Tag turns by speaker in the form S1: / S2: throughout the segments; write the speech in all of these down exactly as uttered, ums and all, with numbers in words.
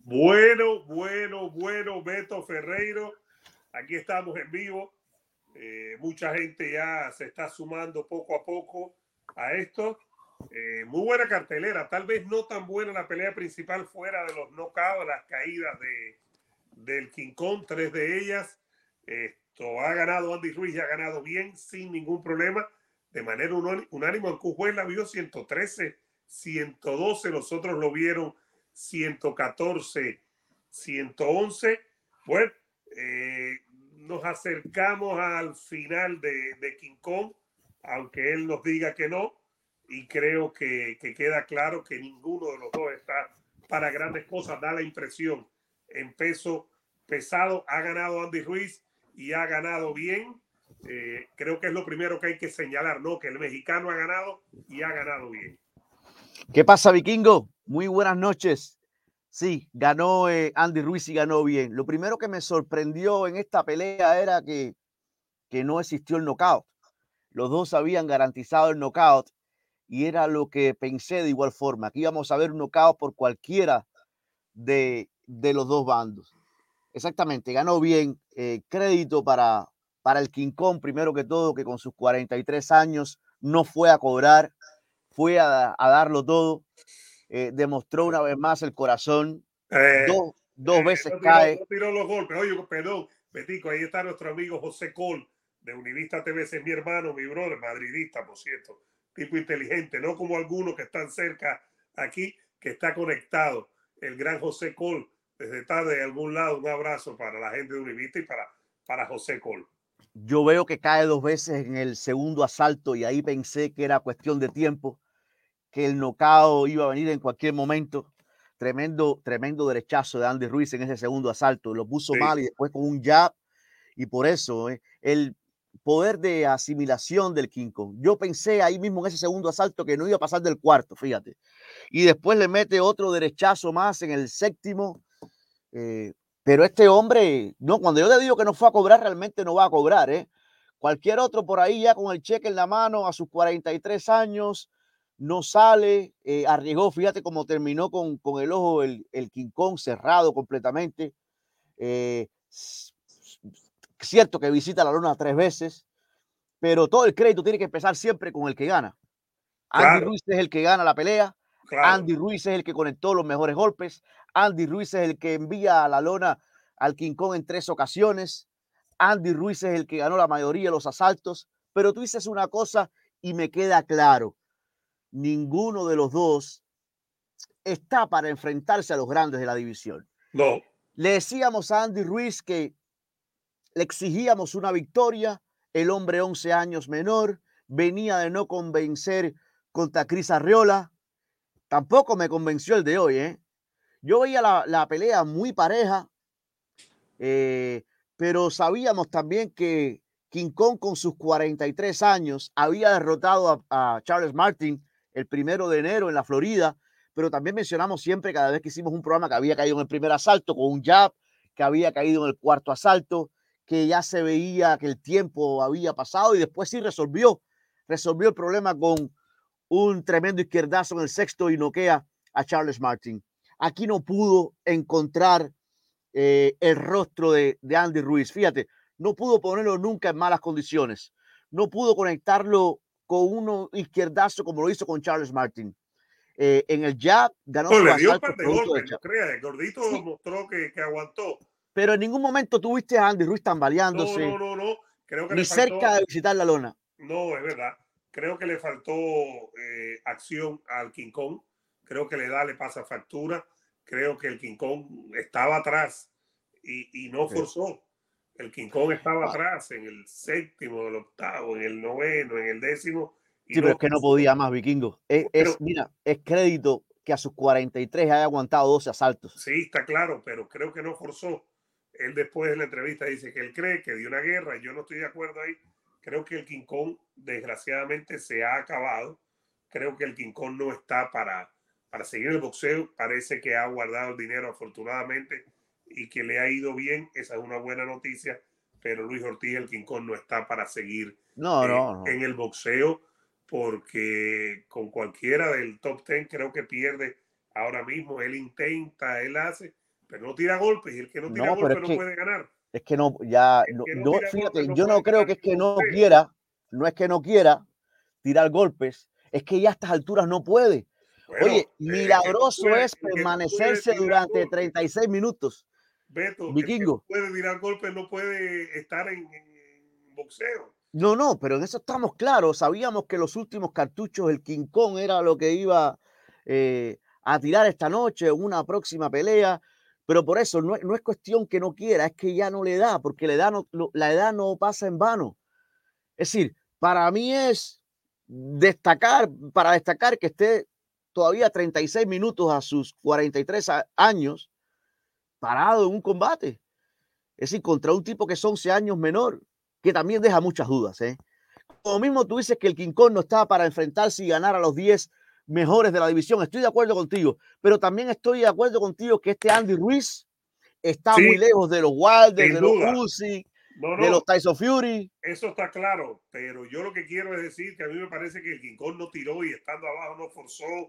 S1: Bueno, bueno, bueno, Beto Ferreiro. Aquí estamos en vivo. Eh, mucha gente ya se está sumando poco a poco a esto. Eh, muy buena cartelera. Tal vez no tan buena la pelea principal fuera de los knockouts, las caídas de, del King Kong, tres de ellas. Esto ha ganado Andy Ruiz y ha ganado bien, sin ningún problema. De manera unánime, el juez la vio ciento trece, ciento doce. Los otros lo vieron ciento catorce, ciento once. Bueno, eh, nos acercamos al final de, de King Kong, aunque él nos diga que no, y creo que, que queda claro que ninguno de los dos está para grandes cosas. Da la impresión. En peso pesado ha ganado Andy Ruiz y ha ganado bien. Eh, creo que es lo primero que hay que señalar, ¿no? Que el mexicano ha ganado y ha ganado bien.
S2: ¿Qué pasa, Vikingo? Muy buenas noches. Sí, ganó eh, Andy Ruiz y ganó bien. Lo primero que me sorprendió en esta pelea era que, que no existió el knockout. Los dos habían garantizado el knockout y era lo que pensé de igual forma, que íbamos a ver un knockout por cualquiera de, de los dos bandos. Exactamente, ganó bien. Eh, crédito para, para el King Kong, primero que todo, que con sus cuarenta y tres años no fue a cobrar, fue a, a darlo todo. Eh, demostró una vez más el corazón.
S1: Eh,
S2: Dos, dos
S1: eh,
S2: veces
S1: no, tiró,
S2: cae.
S1: no tiró los golpes. Oye, perdón, Betico, ahí está nuestro amigo José Col, de Univista T V. Es mi hermano, mi brother, madridista, por cierto. Tipo inteligente, no como algunos que están cerca aquí, que está conectado. El gran José Col, desde tarde de algún lado, un abrazo para la gente de Univista y para, para José Col.
S2: Yo veo que cae dos veces en el segundo asalto y ahí pensé que era cuestión de tiempo, que el knockout iba a venir en cualquier momento. Tremendo, tremendo derechazo de Andy Ruiz en ese segundo asalto. Lo puso
S1: Sí.
S2: mal y después con un jab. Y por eso eh, el poder de asimilación del King Kong. Yo pensé ahí mismo en ese segundo asalto que no iba a pasar del cuarto, fíjate. Y después le mete otro derechazo más en el séptimo. Eh, pero este hombre, no, cuando yo le digo que no fue a cobrar, realmente no va a cobrar, ¿eh? Cualquier otro por ahí ya con el cheque en la mano a sus cuarenta y tres años, no sale, eh, arriesgó, fíjate cómo terminó con, con el ojo, el, el King Kong cerrado completamente. Eh, cierto que visita la lona tres veces, pero todo el crédito tiene que empezar siempre con el que gana. Andy
S1: Claro,
S2: Ruiz es el que gana la pelea.
S1: claro.
S2: Andy Ruiz es el que conectó los mejores golpes. Andy Ruiz es el que envía a la lona al King Kong en tres ocasiones. Andy Ruiz es el que ganó la mayoría de los asaltos. Pero tú dices una cosa y me queda claro. Ninguno de los dos está para enfrentarse a los grandes de la división.
S1: No.
S2: Le decíamos a Andy Ruiz que le exigíamos una victoria. El hombre once años menor venía de no convencer contra Cris Arriola. Tampoco me convenció el de hoy, ¿eh? Yo veía la, la pelea muy pareja, eh, pero sabíamos también que King Kong con sus cuarenta y tres años había derrotado a, a Charles Martin el primero de enero en la Florida, pero también mencionamos siempre cada vez que hicimos un programa que había caído en el primer asalto con un jab, que había caído en el cuarto asalto, que ya se veía que el tiempo había pasado y después sí resolvió, resolvió el problema con un tremendo izquierdazo en el sexto y noquea a Charles Martin. Aquí no pudo encontrar eh, el rostro de, de Andy Ruiz. Fíjate, no pudo ponerlo nunca en malas condiciones. No pudo conectarlo con uno izquierdazo como lo hizo con Charles Martin. Eh, en el jab ganó
S1: No,
S2: sus
S1: le dio un par
S2: asaltos
S1: de
S2: producto de
S1: golpes,
S2: jab.
S1: no creas. El gordito
S2: Sí,
S1: mostró que, que aguantó.
S2: pero en ningún momento tuviste a Andy Ruiz
S1: No, no,
S2: tambaleándose,
S1: no, no. Creo que
S2: ni
S1: le
S2: cerca
S1: faltó.
S2: de visitar la lona.
S1: No, es verdad. Creo que le faltó eh, acción al King Kong. Creo que le da, le pasa factura. Creo que el King Kong estaba atrás y, y no
S2: Sí.
S1: forzó. El King Kong estaba
S2: No,
S1: atrás en el séptimo, el octavo, en el noveno, en el décimo y
S2: sí, pero
S1: no
S2: es que no
S1: forzó.
S2: podía más, Vikingo. Es,
S1: Bueno,
S2: es, mira, es crédito que a sus cuarenta y tres haya aguantado doce asaltos.
S1: sí, está claro, pero creo que no forzó. Él después de la entrevista dice que él cree que dio una guerra. Yo no estoy de acuerdo ahí. Creo que el King Kong desgraciadamente se ha acabado. Creo que el King Kong no está para, para seguir el boxeo. Parece que ha guardado el dinero afortunadamente y que le ha ido bien. Esa es una buena noticia. Pero Luis Ortiz, el King Kong, no está para seguir
S2: No,
S1: eh,
S2: no, no.
S1: en el boxeo porque con cualquiera del top ten creo que pierde ahora mismo. Él intenta, él hace, pero no tira golpes, y el que no tira
S2: No, pero
S1: golpes
S2: es
S1: no
S2: que,
S1: puede ganar.
S2: es que no, ya,
S1: El
S2: no,
S1: que no
S2: no,
S1: tira golpes
S2: fíjate,
S1: no
S2: yo
S1: puede
S2: no creo
S1: ganar
S2: que es
S1: el
S2: que no
S1: boxeo.
S2: quiera, no es que no quiera tirar golpes, es que ya a estas alturas no puede.
S1: Bueno,
S2: Oye,
S1: el que no
S2: milagroso
S1: puede,
S2: es
S1: el que no puede
S2: permanecerse
S1: tirar
S2: durante
S1: golpes,
S2: treinta y seis minutos,
S1: Beto, el que no
S2: vikingo.
S1: puede tirar golpes no puede estar en, en boxeo.
S2: No, no, pero en eso estamos claros. Sabíamos que los últimos cartuchos, el King Kong era lo que iba eh, a tirar esta noche en una próxima pelea. Pero por eso no, no es cuestión que no quiera, es que ya no le da, porque la edad no, no- la edad no pasa en vano. Es decir, para mí es destacar, para destacar que esté todavía treinta y seis minutos a sus cuarenta y tres a- años parado en un combate. Es decir, contra un tipo que es once años menor, que también deja muchas dudas. ¿eh? Como mismo tú dices que el King Kong no estaba para enfrentarse y ganar a los diez mejores de la división. Estoy de acuerdo contigo, pero también estoy de acuerdo contigo que este Andy Ruiz está
S1: Sí,
S2: muy lejos de los Wilder,
S1: sin
S2: de los
S1: duda.
S2: Usyk,
S1: No,
S2: de
S1: no,
S2: los Tyson Fury.
S1: eso está claro, pero yo lo que quiero es decir que a mí me parece que el King Kong no tiró y estando abajo no forzó,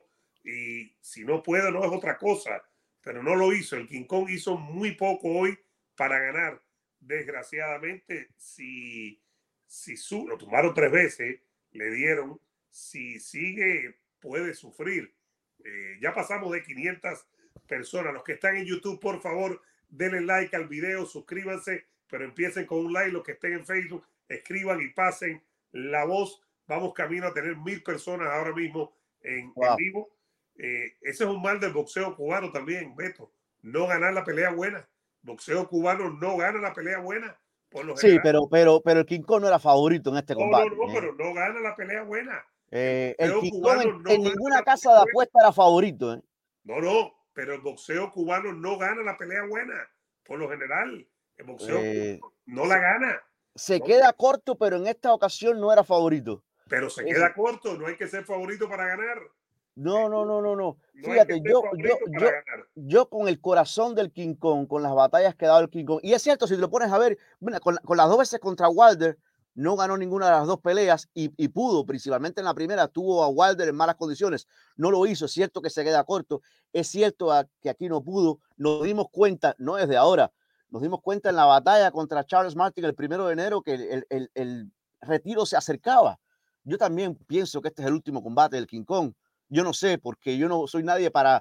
S1: y si no puede no es otra cosa, pero no lo hizo. El King Kong hizo muy poco hoy para ganar. Desgraciadamente, si, si su, lo tumbaron tres veces, le dieron, si sigue puede sufrir. Eh, ya pasamos de quinientas personas. Los que están en YouTube, por favor, denle like al video, suscríbanse, pero empiecen con un like. Los que estén en Facebook, escriban y pasen la voz. Vamos camino a tener mil personas ahora mismo en, en
S2: Wow.
S1: vivo. Eh, ese es un mal del boxeo cubano también, Beto. No ganar la pelea buena. Boxeo cubano no gana la pelea buena, por lo
S2: Sí,
S1: general.
S2: pero, pero, pero el King Kong no era favorito en este
S1: No, no,
S2: combate.
S1: no,
S2: ¿eh?
S1: pero no gana la pelea buena. El
S2: Eh, el
S1: boxeo
S2: King Kong en,
S1: cubano no
S2: en
S1: gana
S2: ninguna
S1: la pelea
S2: casa de
S1: buena.
S2: apuesta era favorito. ¿eh?
S1: No, no, pero el boxeo cubano no gana la pelea buena, por lo general. El boxeo
S2: Eh,
S1: cubano no la
S2: se,
S1: gana.
S2: se
S1: ¿No?
S2: queda corto, pero en esta ocasión no era favorito.
S1: Pero se
S2: Es,
S1: queda corto, no hay que ser favorito para ganar.
S2: no, no, no, no, no.
S1: No hay que
S2: Fíjate,
S1: ser
S2: yo, yo,
S1: favorito para
S2: yo,
S1: ganar.
S2: yo con el corazón del King Kong, con las batallas que ha dado el King Kong, y es cierto, si te lo pones a ver, mira, con, con las dos veces contra Wilder, no ganó ninguna de las dos peleas y, y pudo, principalmente en la primera, tuvo a Wilder en malas condiciones, no lo hizo, es cierto que se queda corto, es cierto a, que aquí no pudo, nos dimos cuenta, no desde ahora, nos dimos cuenta en la batalla contra Charles Martin el primero de enero que el, el, el retiro se acercaba. Yo también pienso que este es el último combate del King Kong. Yo no sé, porque yo no soy nadie para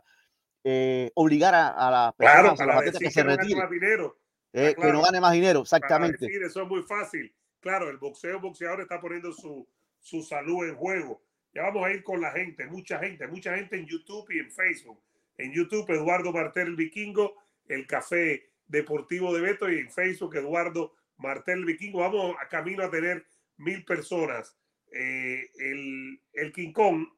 S2: eh, obligar a, a, las
S1: Claro,
S2: personas, a los
S1: para
S2: atletas que
S1: decir
S2: se
S1: que no gane
S2: retiren,
S1: más dinero. Está
S2: eh, que no
S1: claro.
S2: gane más dinero,
S1: Para
S2: exactamente.
S1: decir eso es muy fácil. Claro, el boxeo, boxeador está poniendo su, su salud en juego. Ya vamos a ir con la gente, mucha gente, mucha gente en YouTube y en Facebook. En YouTube, Eduardo Martel el Vikingo, el Café Deportivo de Beto, y en Facebook, Eduardo Martel el Vikingo. Vamos a camino a tener mil personas. Eh, el, el King Kong,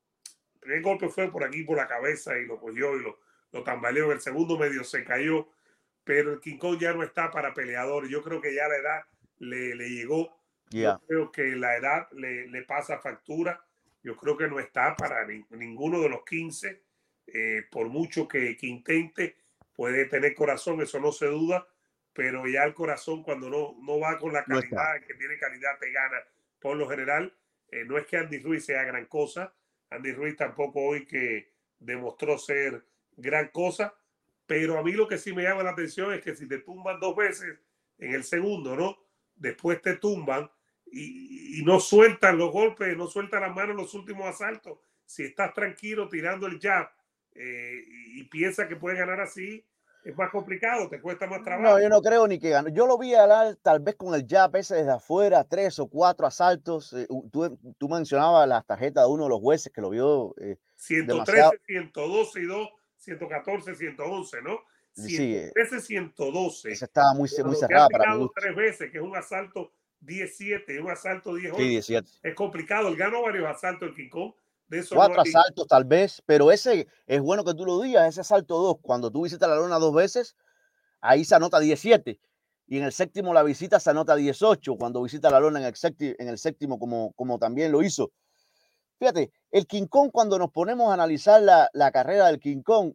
S1: el primer golpe fue por aquí, por la cabeza, y lo cogió y lo, lo tambaleó. El segundo medio se cayó, pero el King Kong ya no está para peleador. Yo creo que ya la edad le, le llegó. Yo
S2: Yeah.
S1: creo que la edad le, le pasa factura. Yo creo que no está para ni, ninguno de los quince. Eh, por mucho que, que intente, puede tener corazón, eso no se duda, pero ya el corazón cuando no, no va con la
S2: No está.
S1: calidad, que tiene calidad, te gana por lo general. Eh, no es que Andy Ruiz sea gran cosa. Andy Ruiz tampoco hoy que demostró ser gran cosa, pero a mí lo que sí me llama la atención es que si te tumban dos veces en el segundo, ¿no? Después te tumban y, y no sueltan los golpes, no sueltan las manos en los últimos asaltos. Si estás tranquilo tirando el jab eh, y, y piensas que puedes ganar así, es más complicado, te cuesta más trabajo.
S2: No, yo no creo ni que ganó. Yo lo vi ganar tal vez con el jab ese desde afuera, tres o cuatro asaltos. Eh, tú, tú mencionabas las tarjetas de uno de los jueces que lo vio eh,
S1: ciento
S2: demasiado.
S1: trece, ciento doce y dos, ciento catorce, ciento once, ¿no?
S2: Sí, eh,
S1: ciento trece, ciento doce.
S2: esa estaba muy, muy
S1: Cuando te ha
S2: cerrada para mi
S1: tirado
S2: gusto.
S1: tres veces, que es un asalto diecisiete, un asalto
S2: Sí,
S1: dieciocho,
S2: diecisiete.
S1: es complicado. Él ganó varios asaltos el King Kong, de eso no
S2: Cuatro
S1: hay.
S2: asaltos tal vez, pero ese es bueno que tú lo digas, ese asalto dos, cuando tú visitas la lona dos veces, ahí se anota diecisiete. Y en el séptimo la visita se anota dieciocho, cuando visita la lona en el séptimo, en el séptimo como, como también lo hizo. Fíjate, el King Kong, cuando nos ponemos a analizar la, la carrera del King Kong,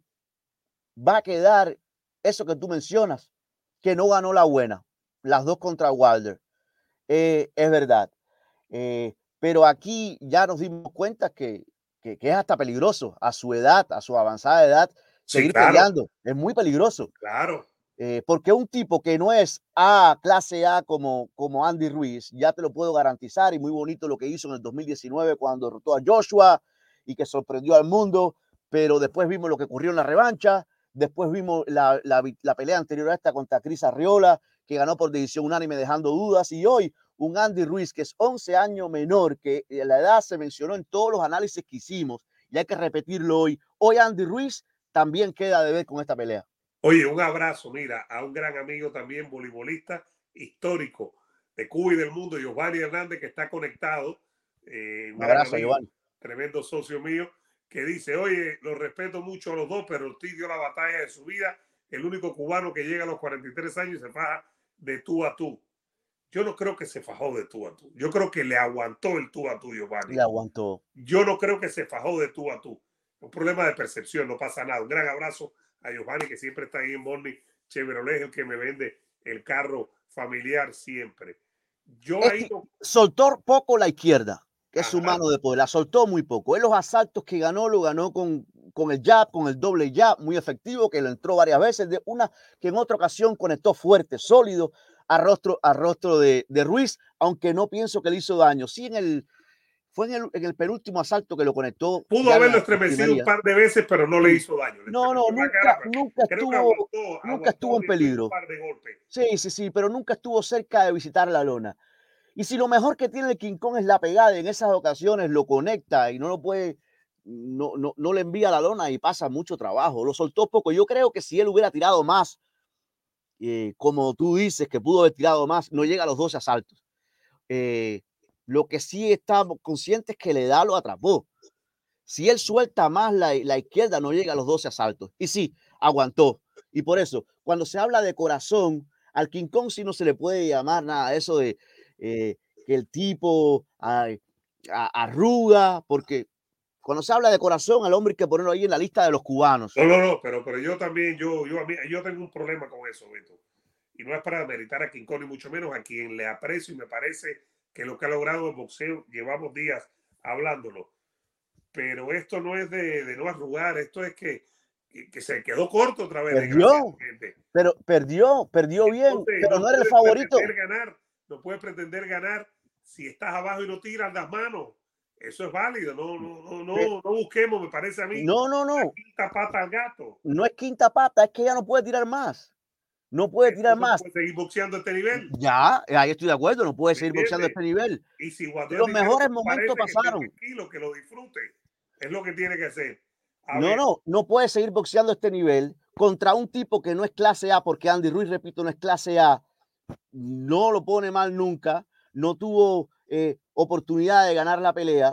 S2: va a quedar eso que tú mencionas, que no ganó la buena, las dos contra Wilder. Eh, es verdad. Eh, pero aquí ya nos dimos cuenta que, que, que es hasta peligroso a su edad, a su avanzada edad,
S1: Sí,
S2: seguir
S1: claro,
S2: peleando. Es muy peligroso.
S1: claro.
S2: Eh, porque un tipo que no es A, clase A como, como Andy Ruiz, ya te lo puedo garantizar, y muy bonito lo que hizo en el dos mil diecinueve cuando derrotó a Joshua y que sorprendió al mundo, pero después vimos lo que ocurrió en la revancha, después vimos la, la, la pelea anterior a esta contra Chris Arriola, que ganó por decisión unánime dejando dudas, y hoy un Andy Ruiz que es once años menor, que la edad se mencionó en todos los análisis que hicimos, y hay que repetirlo hoy. Hoy Andy Ruiz también queda de ver con esta pelea.
S1: Oye, un abrazo, mira, a un gran amigo también, voleibolista histórico de Cuba y del mundo, Giovanni Hernández, que está conectado, eh, un
S2: Un
S1: gran
S2: abrazo,
S1: amigo,
S2: Giovanni.
S1: tremendo socio mío, que dice, oye, los respeto mucho a los dos, pero Ortiz dio la batalla de su vida, el único cubano que llega a los cuarenta y tres años y se faja de tú a tú. Yo no creo que se fajó de tú a tú. Yo creo que le aguantó el tú a tú, Giovanni.
S2: Le aguantó.
S1: Yo no creo que se fajó de tú a tú. Un problema de percepción, no pasa nada. Un gran abrazo a Giovanni, que siempre está ahí en Borni Chevrolet, el que me vende el carro familiar siempre. Yo ahí
S2: Este,
S1: no.
S2: soltó poco la izquierda, que es su
S1: Ajá.
S2: mano de poder, la soltó muy poco. Él los asaltos que ganó, lo ganó con, con el jab, con el doble jab, muy efectivo, que lo entró varias veces, de una que en otra ocasión conectó fuerte, sólido, a rostro, a rostro de, de Ruiz, aunque no pienso que le hizo daño. Sí, en el, fue en el, en el penúltimo asalto que lo conectó
S1: Pudo
S2: ya en
S1: haberlo
S2: la
S1: estremecido un
S2: primería.
S1: par de veces, pero no le
S2: Sí.
S1: hizo daño. Le
S2: No, no,
S1: estremeció la cara,
S2: nunca,
S1: pero
S2: nunca
S1: creo que
S2: estuvo,
S1: aguantó,
S2: nunca
S1: aguantó
S2: estuvo en
S1: y le dio un
S2: peligro.
S1: par de golpes.
S2: Sí, sí, sí, pero nunca estuvo cerca de visitar la lona. Y si lo mejor que tiene el King Kong es la pegada, en esas ocasiones lo conecta y no lo puede, no, no, no le envía la lona y pasa mucho trabajo. Lo soltó poco. Yo creo que si él hubiera tirado más, eh, como tú dices, que pudo haber tirado más, no llega a los doce asaltos. Eh, lo que sí estamos conscientes es que le da lo atrapó. Si él suelta más la, la izquierda, no llega a los doce asaltos. Y sí, aguantó. Y por eso, cuando se habla de corazón, al King Kong sí no se le puede llamar nada eso de eh, que el tipo ay, a, arruga, porque cuando se habla de corazón, al hombre hay que ponerlo ahí en la lista de los cubanos.
S1: No, no, no, pero, pero yo también, yo, yo, a mí, yo tengo un problema con eso, Beto. Y no es para demeritar a King Kong, ni mucho menos a quien le aprecio y me parece que lo que ha logrado el boxeo, llevamos días hablándolo. Pero esto no es de, de no arrugar, esto es que, que, que se quedó corto otra vez,
S2: Perdió,
S1: desgraciadamente.
S2: pero perdió, perdió bien,
S1: Entonces,
S2: pero
S1: no
S2: no era el
S1: puedes
S2: favorito.
S1: pretender ganar, no puedes pretender ganar si estás abajo y no tiras las manos. Eso es válido, no, no, no,
S2: Pe-
S1: no, no busquemos, me parece a mí,
S2: No, no,
S1: la
S2: no,
S1: quinta pata al gato.
S2: no es quinta pata, es que ya no puede tirar más. No puede tirar
S1: Entonces no
S2: más.
S1: puedes seguir boxeando a este nivel.
S2: Ya, ahí estoy de acuerdo, no puede
S1: ¿Me
S2: seguir boxeando a
S1: entiendes?
S2: este nivel.
S1: Y si guardó el
S2: Los
S1: dinero,
S2: mejores
S1: pues
S2: momentos
S1: parece que esté
S2: pasaron.
S1: tranquilo, que lo disfrute. Es lo que tiene que hacer. A
S2: No,
S1: ver,
S2: no, no puede seguir boxeando a este nivel contra un tipo que no es clase A, porque Andy Ruiz, repito, no es clase A, no lo pone mal nunca, no tuvo eh, oportunidad de ganar la pelea.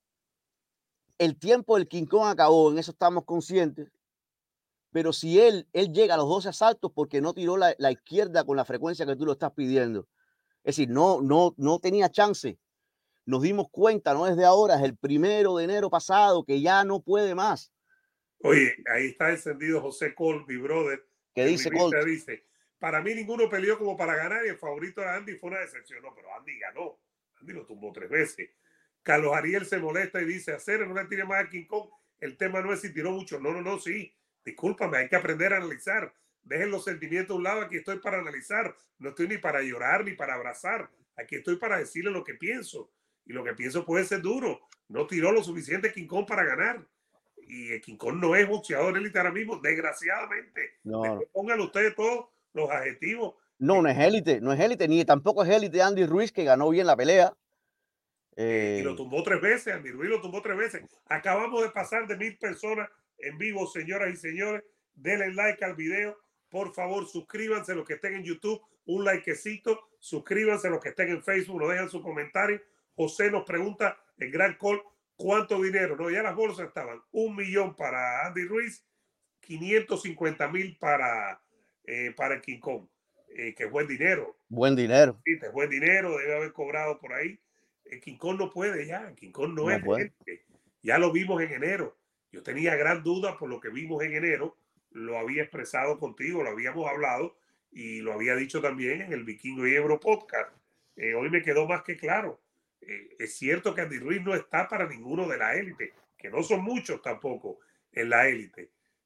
S2: El tiempo del King Kong acabó, en eso estamos conscientes. Pero si él, él llega a los doce asaltos porque no tiró la, la izquierda con la frecuencia que tú lo estás pidiendo. Es decir, no, no, no tenía chance. Nos dimos cuenta, no desde ahora, es el primero de enero pasado que ya no puede más.
S1: oye, ahí está encendido José Cole, mi brother,
S2: Que
S1: en mi
S2: dice
S1: lista
S2: Colt,
S1: dice, para mí ninguno peleó como para ganar y el favorito de Andy fue una decepción. No, pero Andy ganó. Andy lo tumbó tres veces. Carlos Ariel se molesta y dice, hacer no le tire más a King Kong. El tema no es si tiró mucho. No, no, no, sí. Discúlpame, hay que aprender a analizar. Dejen los sentimientos a un lado. Aquí estoy para analizar. No estoy ni para llorar ni para abrazar. Aquí estoy para decirle lo que pienso. Y lo que pienso puede ser duro. No tiró lo suficiente King Kong para ganar. Y el King Kong no es boxeador élite ahora mismo, desgraciadamente.
S2: no, no,
S1: Después pónganle ustedes todos los adjetivos.
S2: no, no es élite, no es élite, ni tampoco es élite Andy Ruiz, que ganó bien la pelea.
S1: Eh, y lo
S2: Eh,
S1: tumbó tres veces, Andy Ruiz lo tumbó tres veces. Acabamos de pasar de mil personas en vivo, señoras y señores. Denle like al video. Por favor, suscríbanse los que estén en YouTube. Un likecito. Suscríbanse los que estén en Facebook. Nos dejan su comentario. José nos pregunta, el gran call, ¿cuánto dinero? No, ya las bolsas estaban. Un millón para Andy Ruiz, quinientos cincuenta mil para, eh, para el King Kong. Eh, que es buen dinero.
S2: buen dinero,
S1: Sí, es buen dinero, debe haber cobrado por ahí. El King Kong no puede ya, King Kong no
S2: no
S1: es
S2: puede.
S1: gente. Ya lo vimos en enero. Yo tenía gran duda por lo que vimos en enero. Lo había expresado contigo, lo habíamos hablado y lo había dicho también en el Vikingo y Ebro podcast. Eh, hoy me quedó más que claro. Eh, es cierto que Andy Ruiz no está para ninguno de la élite, que no son muchos tampoco en la élite.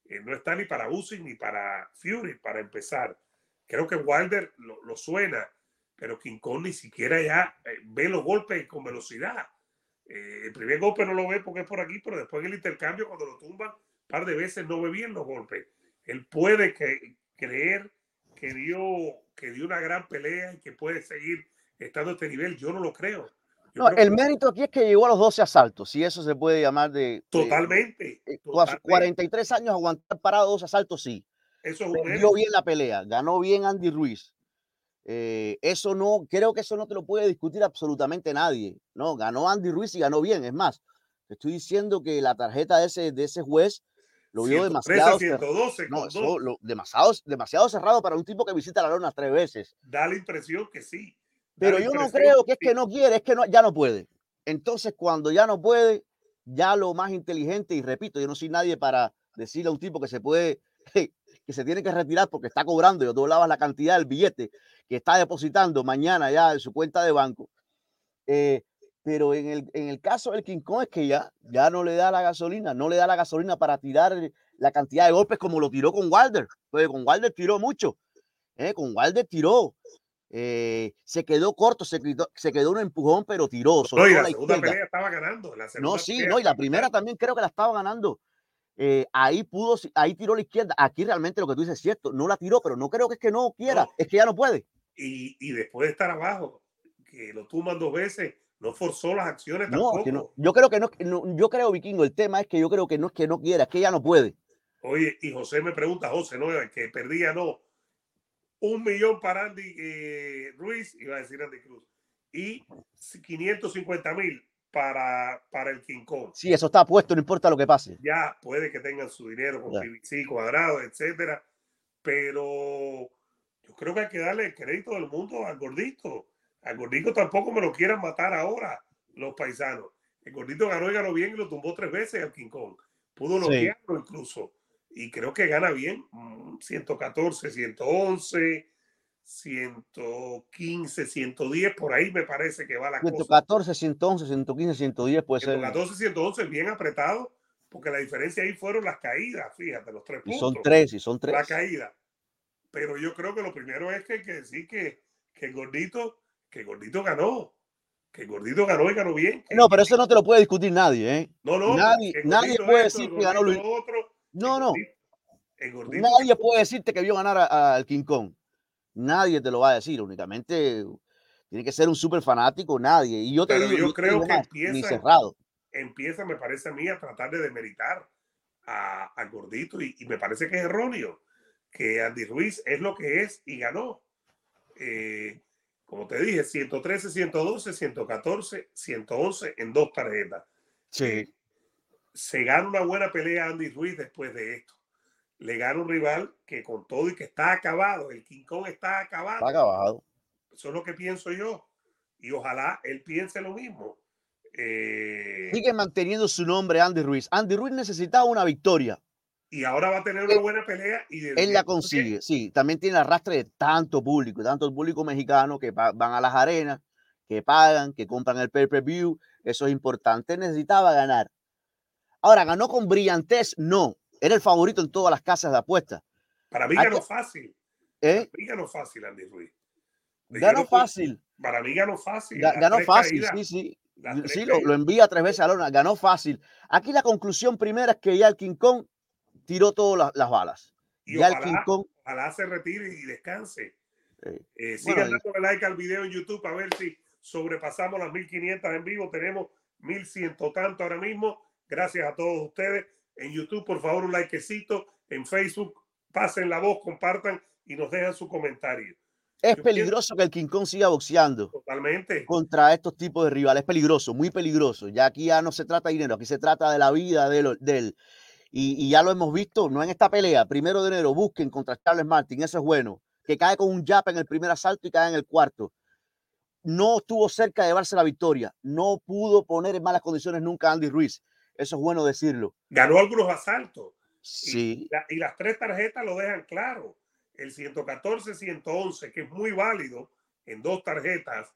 S1: eh, no está ni para Usyk ni para Fury, para empezar. Creo que Wilder lo, lo suena, pero King Kong ni siquiera ya eh, ve los golpes con velocidad. Eh, el primer golpe no lo ve porque es por aquí, pero después en el intercambio, cuando lo tumban, un par de veces no ve bien los golpes. Él puede que, creer que dio, que dio una gran pelea y que puede seguir estando a este nivel. Yo no lo creo. Yo
S2: No,
S1: creo
S2: el
S1: que
S2: mérito aquí es que llegó a los doce asaltos, si eso se puede llamar de, de,
S1: totalmente,
S2: de- a sus
S1: totalmente.
S2: cuarenta y tres años aguantar parado dos asaltos, sí.
S1: Eso es un
S2: Dio
S1: mérito.
S2: bien la pelea, ganó bien Andy Ruiz. Eh, eso no, creo que eso no te lo puede discutir absolutamente nadie. No, ganó Andy Ruiz y ganó bien. Es más, te estoy diciendo que la tarjeta de ese, de ese juez lo vio
S1: ciento trece,
S2: demasiado,
S1: ciento doce
S2: no,
S1: con
S2: eso,
S1: dos.
S2: lo, demasiado, demasiado cerrado para un tipo que visita la lona tres veces.
S1: Da la impresión que sí. Da
S2: Pero
S1: la
S2: yo no
S1: impresión
S2: creo que es
S1: sí.
S2: que no quiere, es que no, ya no puede. Entonces, cuando ya no puede, ya lo más inteligente, y repito, yo no soy nadie para decirle a un tipo que se puede, que se tiene que retirar porque está cobrando, yo tú hablabas la cantidad del billete que está depositando mañana ya en su cuenta de banco. Eh, pero en el, en el caso del King Kong es que ya, ya no le da la gasolina, no le da la gasolina para tirar la cantidad de golpes como lo tiró con Wilder. Pues con Wilder tiró mucho, ¿eh? Con Wilder tiró. Eh, se quedó corto, se quedó, se quedó un empujón, pero tiró,
S1: No, y
S2: soltó
S1: la
S2: la
S1: segunda
S2: izquierda.
S1: pelea estaba ganando. La
S2: No,
S1: segunda
S2: sí,
S1: pelea
S2: no, y la
S1: estaba
S2: primera
S1: ganando.
S2: también creo que la estaba ganando. Eh, ahí pudo, ahí tiró la izquierda. Aquí realmente lo que tú dices es cierto, no la tiró, pero no creo que es que no quiera,
S1: No,
S2: es que ya no puede.
S1: y, y después de estar abajo, que lo tumban dos veces, no forzó las acciones
S2: No, es que no.
S1: tampoco.
S2: Yo creo que no, no, yo creo, Vikingo, el tema es que yo creo que no es que no quiera, es que ya no puede.
S1: Oye, y José me pregunta, José, no, que perdía, no. Un millón para Andy eh, Ruiz, iba a decir Andy Cruz, y quinientos cincuenta mil para, para el King Kong.
S2: Sí, eso está puesto, no importa lo que pase.
S1: Ya puede que tengan su dinero con
S2: Ya.
S1: P V C cuadrado, etcétera, pero yo creo que hay que darle el crédito del mundo al gordito. Al gordito tampoco me lo quieran matar ahora los paisanos. El gordito ganó y ganó bien y lo tumbó tres veces al King Kong. Pudo
S2: Sí.
S1: noquearlo incluso. Y creo que gana bien. ciento catorce, ciento once, ciento quince, ciento diez, por ahí me parece que va la
S2: ciento
S1: cosa.
S2: catorce, ciento once, ciento quince, ciento diez puede ser.
S1: ciento catorce, ciento once, bien apretado, porque la diferencia ahí fueron las caídas, fíjate, los tres
S2: Y son
S1: puntos.
S2: tres, y son
S1: La
S2: tres.
S1: caída. Pero yo creo que lo primero es que hay que decir que, que el gordito, que el gordito ganó, que el gordito ganó y ganó bien. Que,
S2: No, pero eso no te lo puede discutir nadie, ¿eh?
S1: no, no,
S2: Nadie,
S1: el
S2: nadie
S1: gordito
S2: puede
S1: esto, el
S2: decir que ganó
S1: gordito
S2: Luis.
S1: lo otro, el
S2: No, no.
S1: gordito, el gordito
S2: Nadie
S1: ganó.
S2: puede decirte que vio ganar al King Kong. Nadie te lo va a decir. Únicamente tiene que ser un súper fanático, nadie. Y yo te
S1: Pero
S2: digo,
S1: yo
S2: yo te
S1: creo
S2: digo
S1: que
S2: más, ni
S1: empiezan,
S2: cerrado.
S1: empieza, me parece a mí, a tratar de demeritar a, al gordito y, y me parece que es erróneo, que Andy Ruiz es lo que es y ganó. Eh, como te dije, ciento trece, ciento doce, ciento catorce, ciento once en dos tarjetas.
S2: Sí.
S1: Eh, se gana una buena pelea Andy Ruiz después de esto. Le gana un rival que con todo y que está acabado, el King Kong está acabado.
S2: Está acabado.
S1: Eso es lo que pienso yo. Y ojalá él piense lo mismo. Eh,
S2: Sigue manteniendo su nombre Andy Ruiz. Andy Ruiz necesitaba una victoria.
S1: y ahora va a tener una
S2: Él,
S1: buena pelea y de
S2: él la
S1: dinero también.
S2: consigue. Sí, también tiene arrastre de tanto público, tanto público mexicano que van a las arenas, que pagan, que compran el pay-per-view. Eso es importante. Necesitaba ganar. Ahora, ¿ganó con brillantez? No. Era el favorito en todas las casas de apuestas.
S1: Para mí
S2: Hay
S1: ganó
S2: que,
S1: fácil.
S2: ¿eh?
S1: Para mí ganó fácil Andy Ruiz. Le
S2: Ganó
S1: dieron,
S2: fácil.
S1: para mí ganó fácil.
S2: Ga-
S1: Las
S2: Ganó
S1: tres
S2: fácil,
S1: caídas.
S2: sí, sí.
S1: Las tres
S2: Sí, lo, lo
S1: caídas.
S2: envía tres veces a la lona. Ganó fácil. Aquí la conclusión primera es que ya el King Kong tiró todas las, las balas.
S1: Y
S2: Ya el King
S1: ojalá,
S2: Kong.
S1: ojalá se retire y descanse.
S2: Eh,
S1: Eh,
S2: bueno,
S1: sigan dándole like al video en YouTube a ver si sobrepasamos las mil quinientas en vivo. Tenemos mil cien tanto ahora mismo. Gracias a todos ustedes. En YouTube, por favor, un likecito. En Facebook, pasen la voz, compartan y nos dejan su comentario.
S2: es
S1: Yo
S2: peligroso que el King Kong siga boxeando
S1: totalmente.
S2: contra estos tipos de rivales. Es peligroso, muy peligroso. Ya aquí ya no se trata de dinero, aquí se trata de la vida de, lo, de él. Y, y ya lo hemos visto, no en esta pelea. Primero de enero, busquen contra Charles Martin, eso es bueno. Que cae con un jab en el primer asalto y cae en el cuarto. No estuvo cerca de llevarse la victoria. No pudo poner en malas condiciones nunca a Andy Ruiz. Eso es bueno decirlo.
S1: Ganó algunos asaltos.
S2: Sí.
S1: Y, la, y las tres tarjetas lo dejan claro. El ciento catorce, ciento once, que es muy válido en dos tarjetas,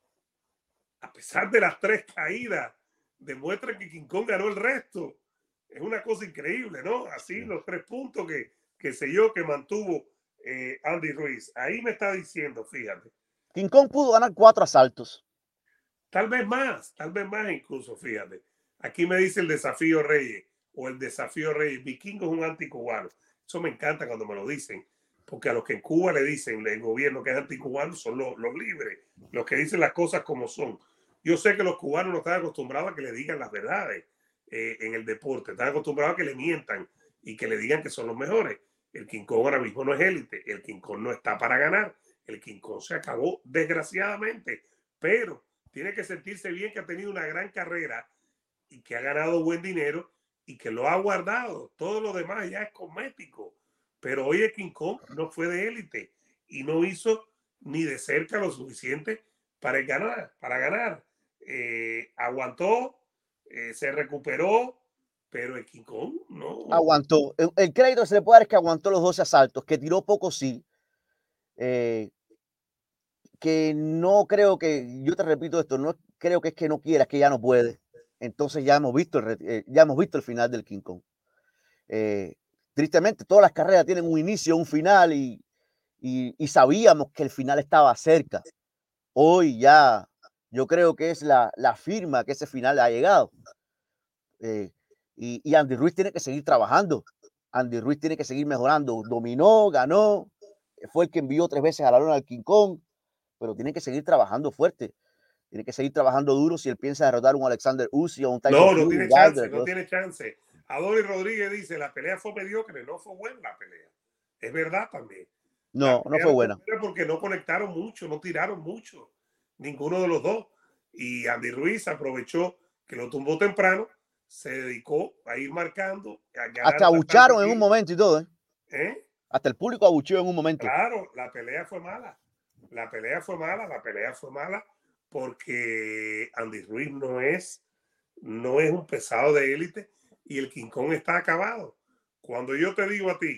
S1: a pesar de las tres caídas, demuestra que King Kong ganó el resto. es una cosa increíble, ¿no? Así los tres puntos que, que sé yo que mantuvo eh, Andy Ruiz. Ahí me está diciendo, fíjate.
S2: King Kong pudo ganar cuatro asaltos.
S1: Tal vez más, tal vez más incluso, fíjate. Aquí me dice el desafío Reyes o el desafío Reyes. Vikingo es un anticubano. Eso me encanta cuando me lo dicen, porque a los que en Cuba le dicen el gobierno que es anticubano son los, los libres, los que dicen las cosas como son. Yo sé que los cubanos no están acostumbrados a que le digan las verdades eh, en el deporte, están acostumbrados a que le mientan y que le digan que son los mejores. El King Kong ahora mismo no es élite, el King Kong no está para ganar, el King Kong se acabó desgraciadamente, pero tiene que sentirse bien que ha tenido una gran carrera y que ha ganado buen dinero y que lo ha guardado. Todo lo demás ya es cosmético. Pero hoy el King Kong no fue de élite y no hizo ni de cerca lo suficiente para ganar. Para ganar. Eh, aguantó, eh, se recuperó, pero el King Kong no.
S2: Aguantó. El, el crédito que se le puede dar es que aguantó los doce asaltos, que tiró poco, sí. Eh, que no creo que, yo te repito esto, no creo que es que no quiera, es que ya no puede. Entonces ya hemos visto el, eh, ya hemos visto el final del King Kong. Eh, tristemente, todas las carreras tienen un inicio, un final y, y, y sabíamos que el final estaba cerca. Hoy ya, yo creo que es la, la firma que ese final ha llegado. Eh, y, y Andy Ruiz tiene que seguir trabajando. Andy Ruiz tiene que seguir mejorando. Dominó, ganó, fue el que envió tres veces a la lona al King Kong, pero tiene que seguir trabajando fuerte. Tiene que seguir trabajando duro si él piensa derrotar a un Alexander Usyk o un Tyson
S1: No,
S2: Fury,
S1: no tiene
S2: Wilder,
S1: chance, no
S2: entonces,
S1: tiene chance. Adonis Rodríguez dice, la pelea fue mediocre, no fue buena la pelea. Es verdad también. La
S2: no, no
S1: pelea
S2: fue
S1: no fue
S2: buena.
S1: buena porque no conectaron mucho, no tiraron mucho, ninguno de los dos. Y Andy Ruiz aprovechó que lo tumbó temprano, se dedicó a ir marcando, a ganar
S2: Hasta
S1: bastante
S2: abucharon en un
S1: tiempo.
S2: momento y todo, ¿eh?
S1: ¿Eh?
S2: Hasta el público abucheó en un momento.
S1: Claro, la pelea fue mala. La pelea fue mala, la pelea fue mala porque Andy Ruiz no es, no es un pesado de élite y el King Kong está acabado. Cuando yo te digo a ti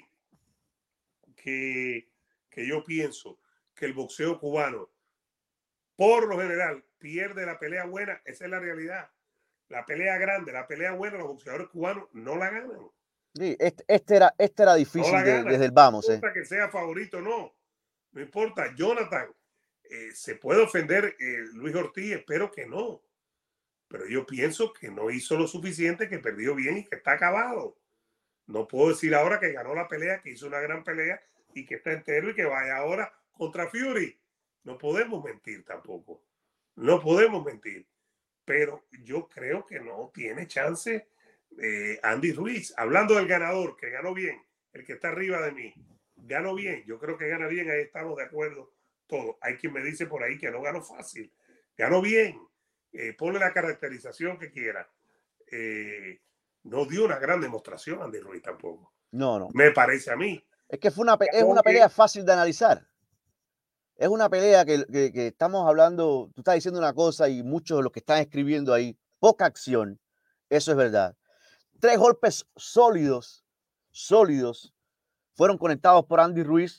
S1: que, que yo pienso que el boxeo cubano, por lo general, pierde la pelea buena, esa es la realidad. La pelea grande, la pelea buena, los boxeadores cubanos no la ganan.
S2: Sí, este, este, era, este era
S1: No
S2: difícil
S1: la
S2: de,
S1: ganan.
S2: desde el
S1: No
S2: vamos, ¿eh?
S1: importa que sea favorito, no. No importa. Jonathan, eh, se puede ofender eh, Luis Ortiz, espero que no. Pero yo pienso que no hizo lo suficiente, que perdió bien y que está acabado. No puedo decir ahora que ganó la pelea, que hizo una gran pelea y que está entero y que vaya ahora contra Fury. No podemos mentir tampoco. No podemos mentir. Pero yo creo que no tiene chance eh, Andy Ruiz. Hablando del ganador, que ganó bien, el que está arriba de mí, ganó bien. Yo creo que gana bien, ahí estamos de acuerdo todos. Hay quien me dice por ahí que no ganó fácil. Ganó bien. Eh, ponle la caracterización que quiera. Eh, no dio una gran demostración Andy Ruiz tampoco.
S2: No, no.
S1: Me parece a mí.
S2: Es que fue una, es
S1: Ganó
S2: una pelea
S1: bien.
S2: fácil de analizar. Es una pelea que, que, que estamos hablando, tú estás diciendo una cosa y muchos de los que están escribiendo ahí, poca acción, eso es verdad. Tres golpes sólidos, sólidos, fueron conectados por Andy Ruiz.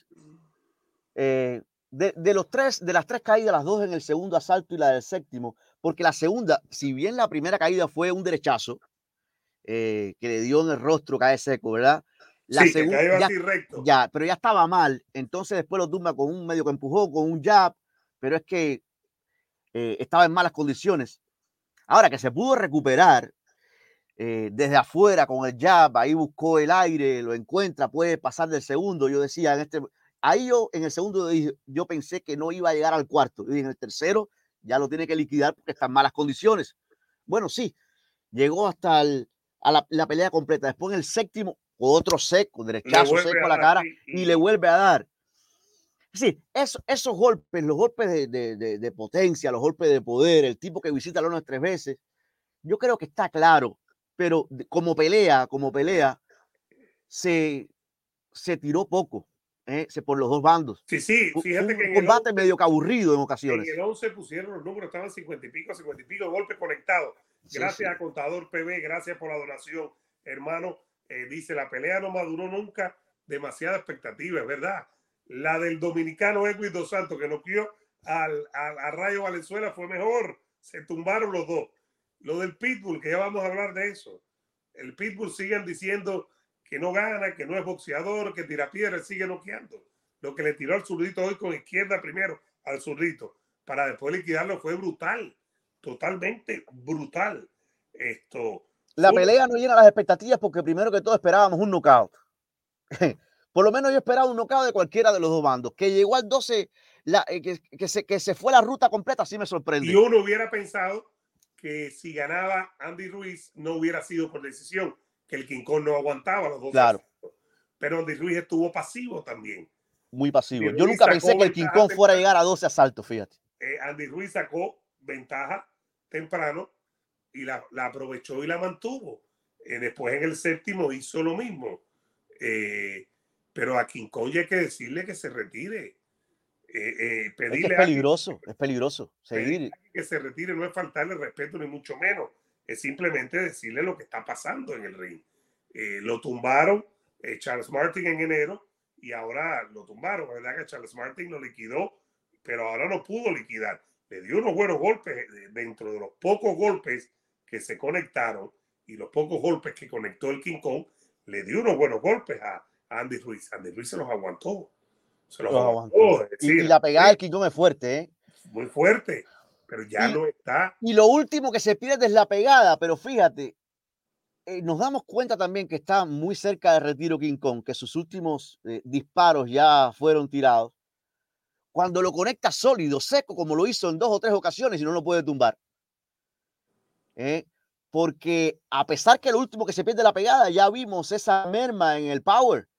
S2: Eh, de, de, los tres, de las tres caídas, las dos en el segundo asalto y la del séptimo, porque la segunda, si bien la primera caída fue un derechazo, eh, que le dio en el rostro, cae seco, ¿verdad? La
S1: Sí, que
S2: segunda,
S1: cayó
S2: ya,
S1: así recto.
S2: ya, pero ya estaba mal, entonces después lo tumba con un medio que empujó, con un jab, pero es que eh, estaba en malas condiciones. Ahora que se pudo recuperar eh, desde afuera con el jab, ahí buscó el aire, lo encuentra, puede pasar del segundo. Yo decía, en este, ahí yo en el segundo yo pensé que no iba a llegar al cuarto, y en el tercero ya lo tiene que liquidar porque está en malas condiciones. Bueno, sí, llegó hasta el, a la, la pelea completa. Después en el séptimo, otro seco, derechazo seco a la
S1: Dar,
S2: cara
S1: sí,
S2: y,
S1: y...
S2: y le vuelve a dar. Sí, eso, esos golpes, los golpes de, de, de, de, potencia, los golpes de poder, el tipo que visita la lona tres veces, yo creo que está claro, pero como pelea, como pelea, se, se tiró poco, ¿eh? Se, por los dos bandos.
S1: Sí, sí,
S2: Fue, fue
S1: fíjate que
S2: un
S1: en el
S2: combate
S1: once,
S2: medio que aburrido en ocasiones.
S1: En el once pusieron los números, estaban cincuenta y pico, cincuenta y pico golpes conectados.
S2: Sí,
S1: Gracias
S2: sí.
S1: a Contador P B, gracias por la donación, hermano. Eh, dice, la pelea no maduró nunca, demasiada expectativa, es verdad. La del dominicano Edwin Dos Santos, que noqueó al, al, a Rayo Valenzuela, fue mejor. Se tumbaron los dos. Lo del Pitbull, que ya vamos a hablar de eso. el Pitbull siguen diciendo que no gana, que no es boxeador, que tira piedra, sigue noqueando. Lo que le tiró al zurdito hoy con izquierda primero, al zurdito, para después liquidarlo fue brutal, totalmente brutal. Esto.
S2: La pelea no llena las expectativas porque primero que todo esperábamos un knockout. Por lo menos yo esperaba un knockout de cualquiera de los dos bandos. Que llegó al doce, la, eh, que, que, se, que se fue la ruta completa, sí me sorprende.
S1: Y uno hubiera pensado que si ganaba Andy Ruiz no hubiera sido por decisión, que el King Kong no aguantaba los dos.
S2: Claro.
S1: Asaltos. Pero Andy Ruiz estuvo pasivo también.
S2: Muy pasivo. Yo nunca pensé que el King Kong fuera a llegar a doce asaltos, fíjate.
S1: Eh, Andy Ruiz sacó ventaja temprano y la, la aprovechó y la mantuvo. Eh, después en el séptimo hizo lo mismo. Eh, pero a King Kong hay que decirle que se retire. Eh, eh,
S2: es que es peligroso, que, es peligroso seguir.
S1: Que se retire no es faltarle respeto ni mucho menos. Es simplemente decirle lo que está pasando en el ring. Eh, lo tumbaron eh, Charles Martin en enero y ahora lo tumbaron. ¿Verdad que Charles Martin lo liquidó? Pero ahora no pudo liquidar. Le dio unos buenos golpes dentro de los pocos golpes que se conectaron y los pocos golpes que conectó el King Kong. Le dio unos buenos golpes a Andy Ruiz. Andy Ruiz se los aguantó. Se los, los aguantó. aguantó.
S2: Decir, y, y la pegada sí, del King Kong es fuerte, ¿eh?
S1: Muy fuerte, pero ya
S2: y,
S1: no está.
S2: Y lo último que se pierde es la pegada, pero fíjate, eh, nos damos cuenta también que está muy cerca de retiro King Kong, que sus últimos eh, disparos ya fueron tirados. Cuando lo conecta sólido, seco, como lo hizo en dos o tres ocasiones y no lo puede tumbar. ¿Eh? Porque a pesar que lo último que se pierde la pegada, ya vimos esa merma en el power.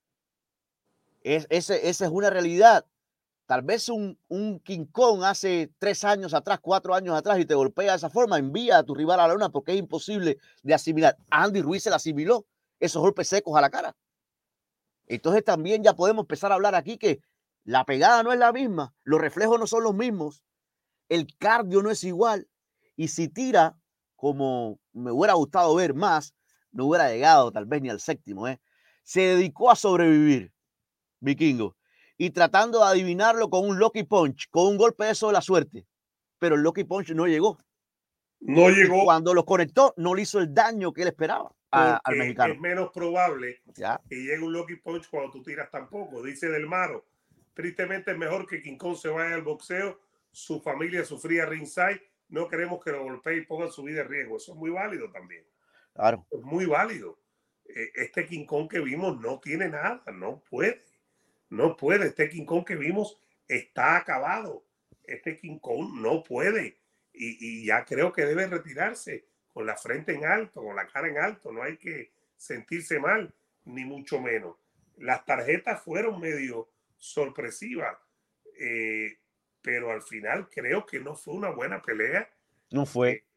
S2: Es, ese, esa es una realidad. Tal vez un, un King Kong hace tres años atrás, cuatro años atrás y te golpea de esa forma, envía a tu rival a la luna porque es imposible de asimilar. Andy Ruiz se la asimiló, esos golpes secos a la cara. Entonces también ya podemos empezar a hablar aquí que la pegada no es la misma, los reflejos no son los mismos, el cardio no es igual y si tira como me hubiera gustado ver más, no hubiera llegado tal vez ni al séptimo. ¿eh? Se dedicó a sobrevivir, Vikingo, y tratando de adivinarlo con un Lucky Punch, con un golpe de eso de la suerte, pero el Lucky Punch no llegó.
S1: No llegó.
S2: Y cuando los conectó, no le hizo el daño que él esperaba a, al mexicano.
S1: Es menos probable
S2: ¿Ya?
S1: que llegue un Lucky Punch cuando tú tiras tampoco. Dice Del Maro, tristemente es mejor que King Kong se vaya al boxeo, su familia sufría ringside, no queremos que lo golpee y pongan su vida en riesgo. Eso es muy válido también.
S2: Claro.
S1: Es muy válido. Este King Kong que vimos no tiene nada, no puede. No puede. Este King Kong que vimos está acabado. Este King Kong no puede. Y, y ya creo que debe retirarse con la frente en alto, con la cara en alto. No hay que sentirse mal, ni mucho menos. Las tarjetas fueron medio sorpresivas, eh, pero al final creo que no fue una buena pelea.
S2: No fue.
S1: Eh,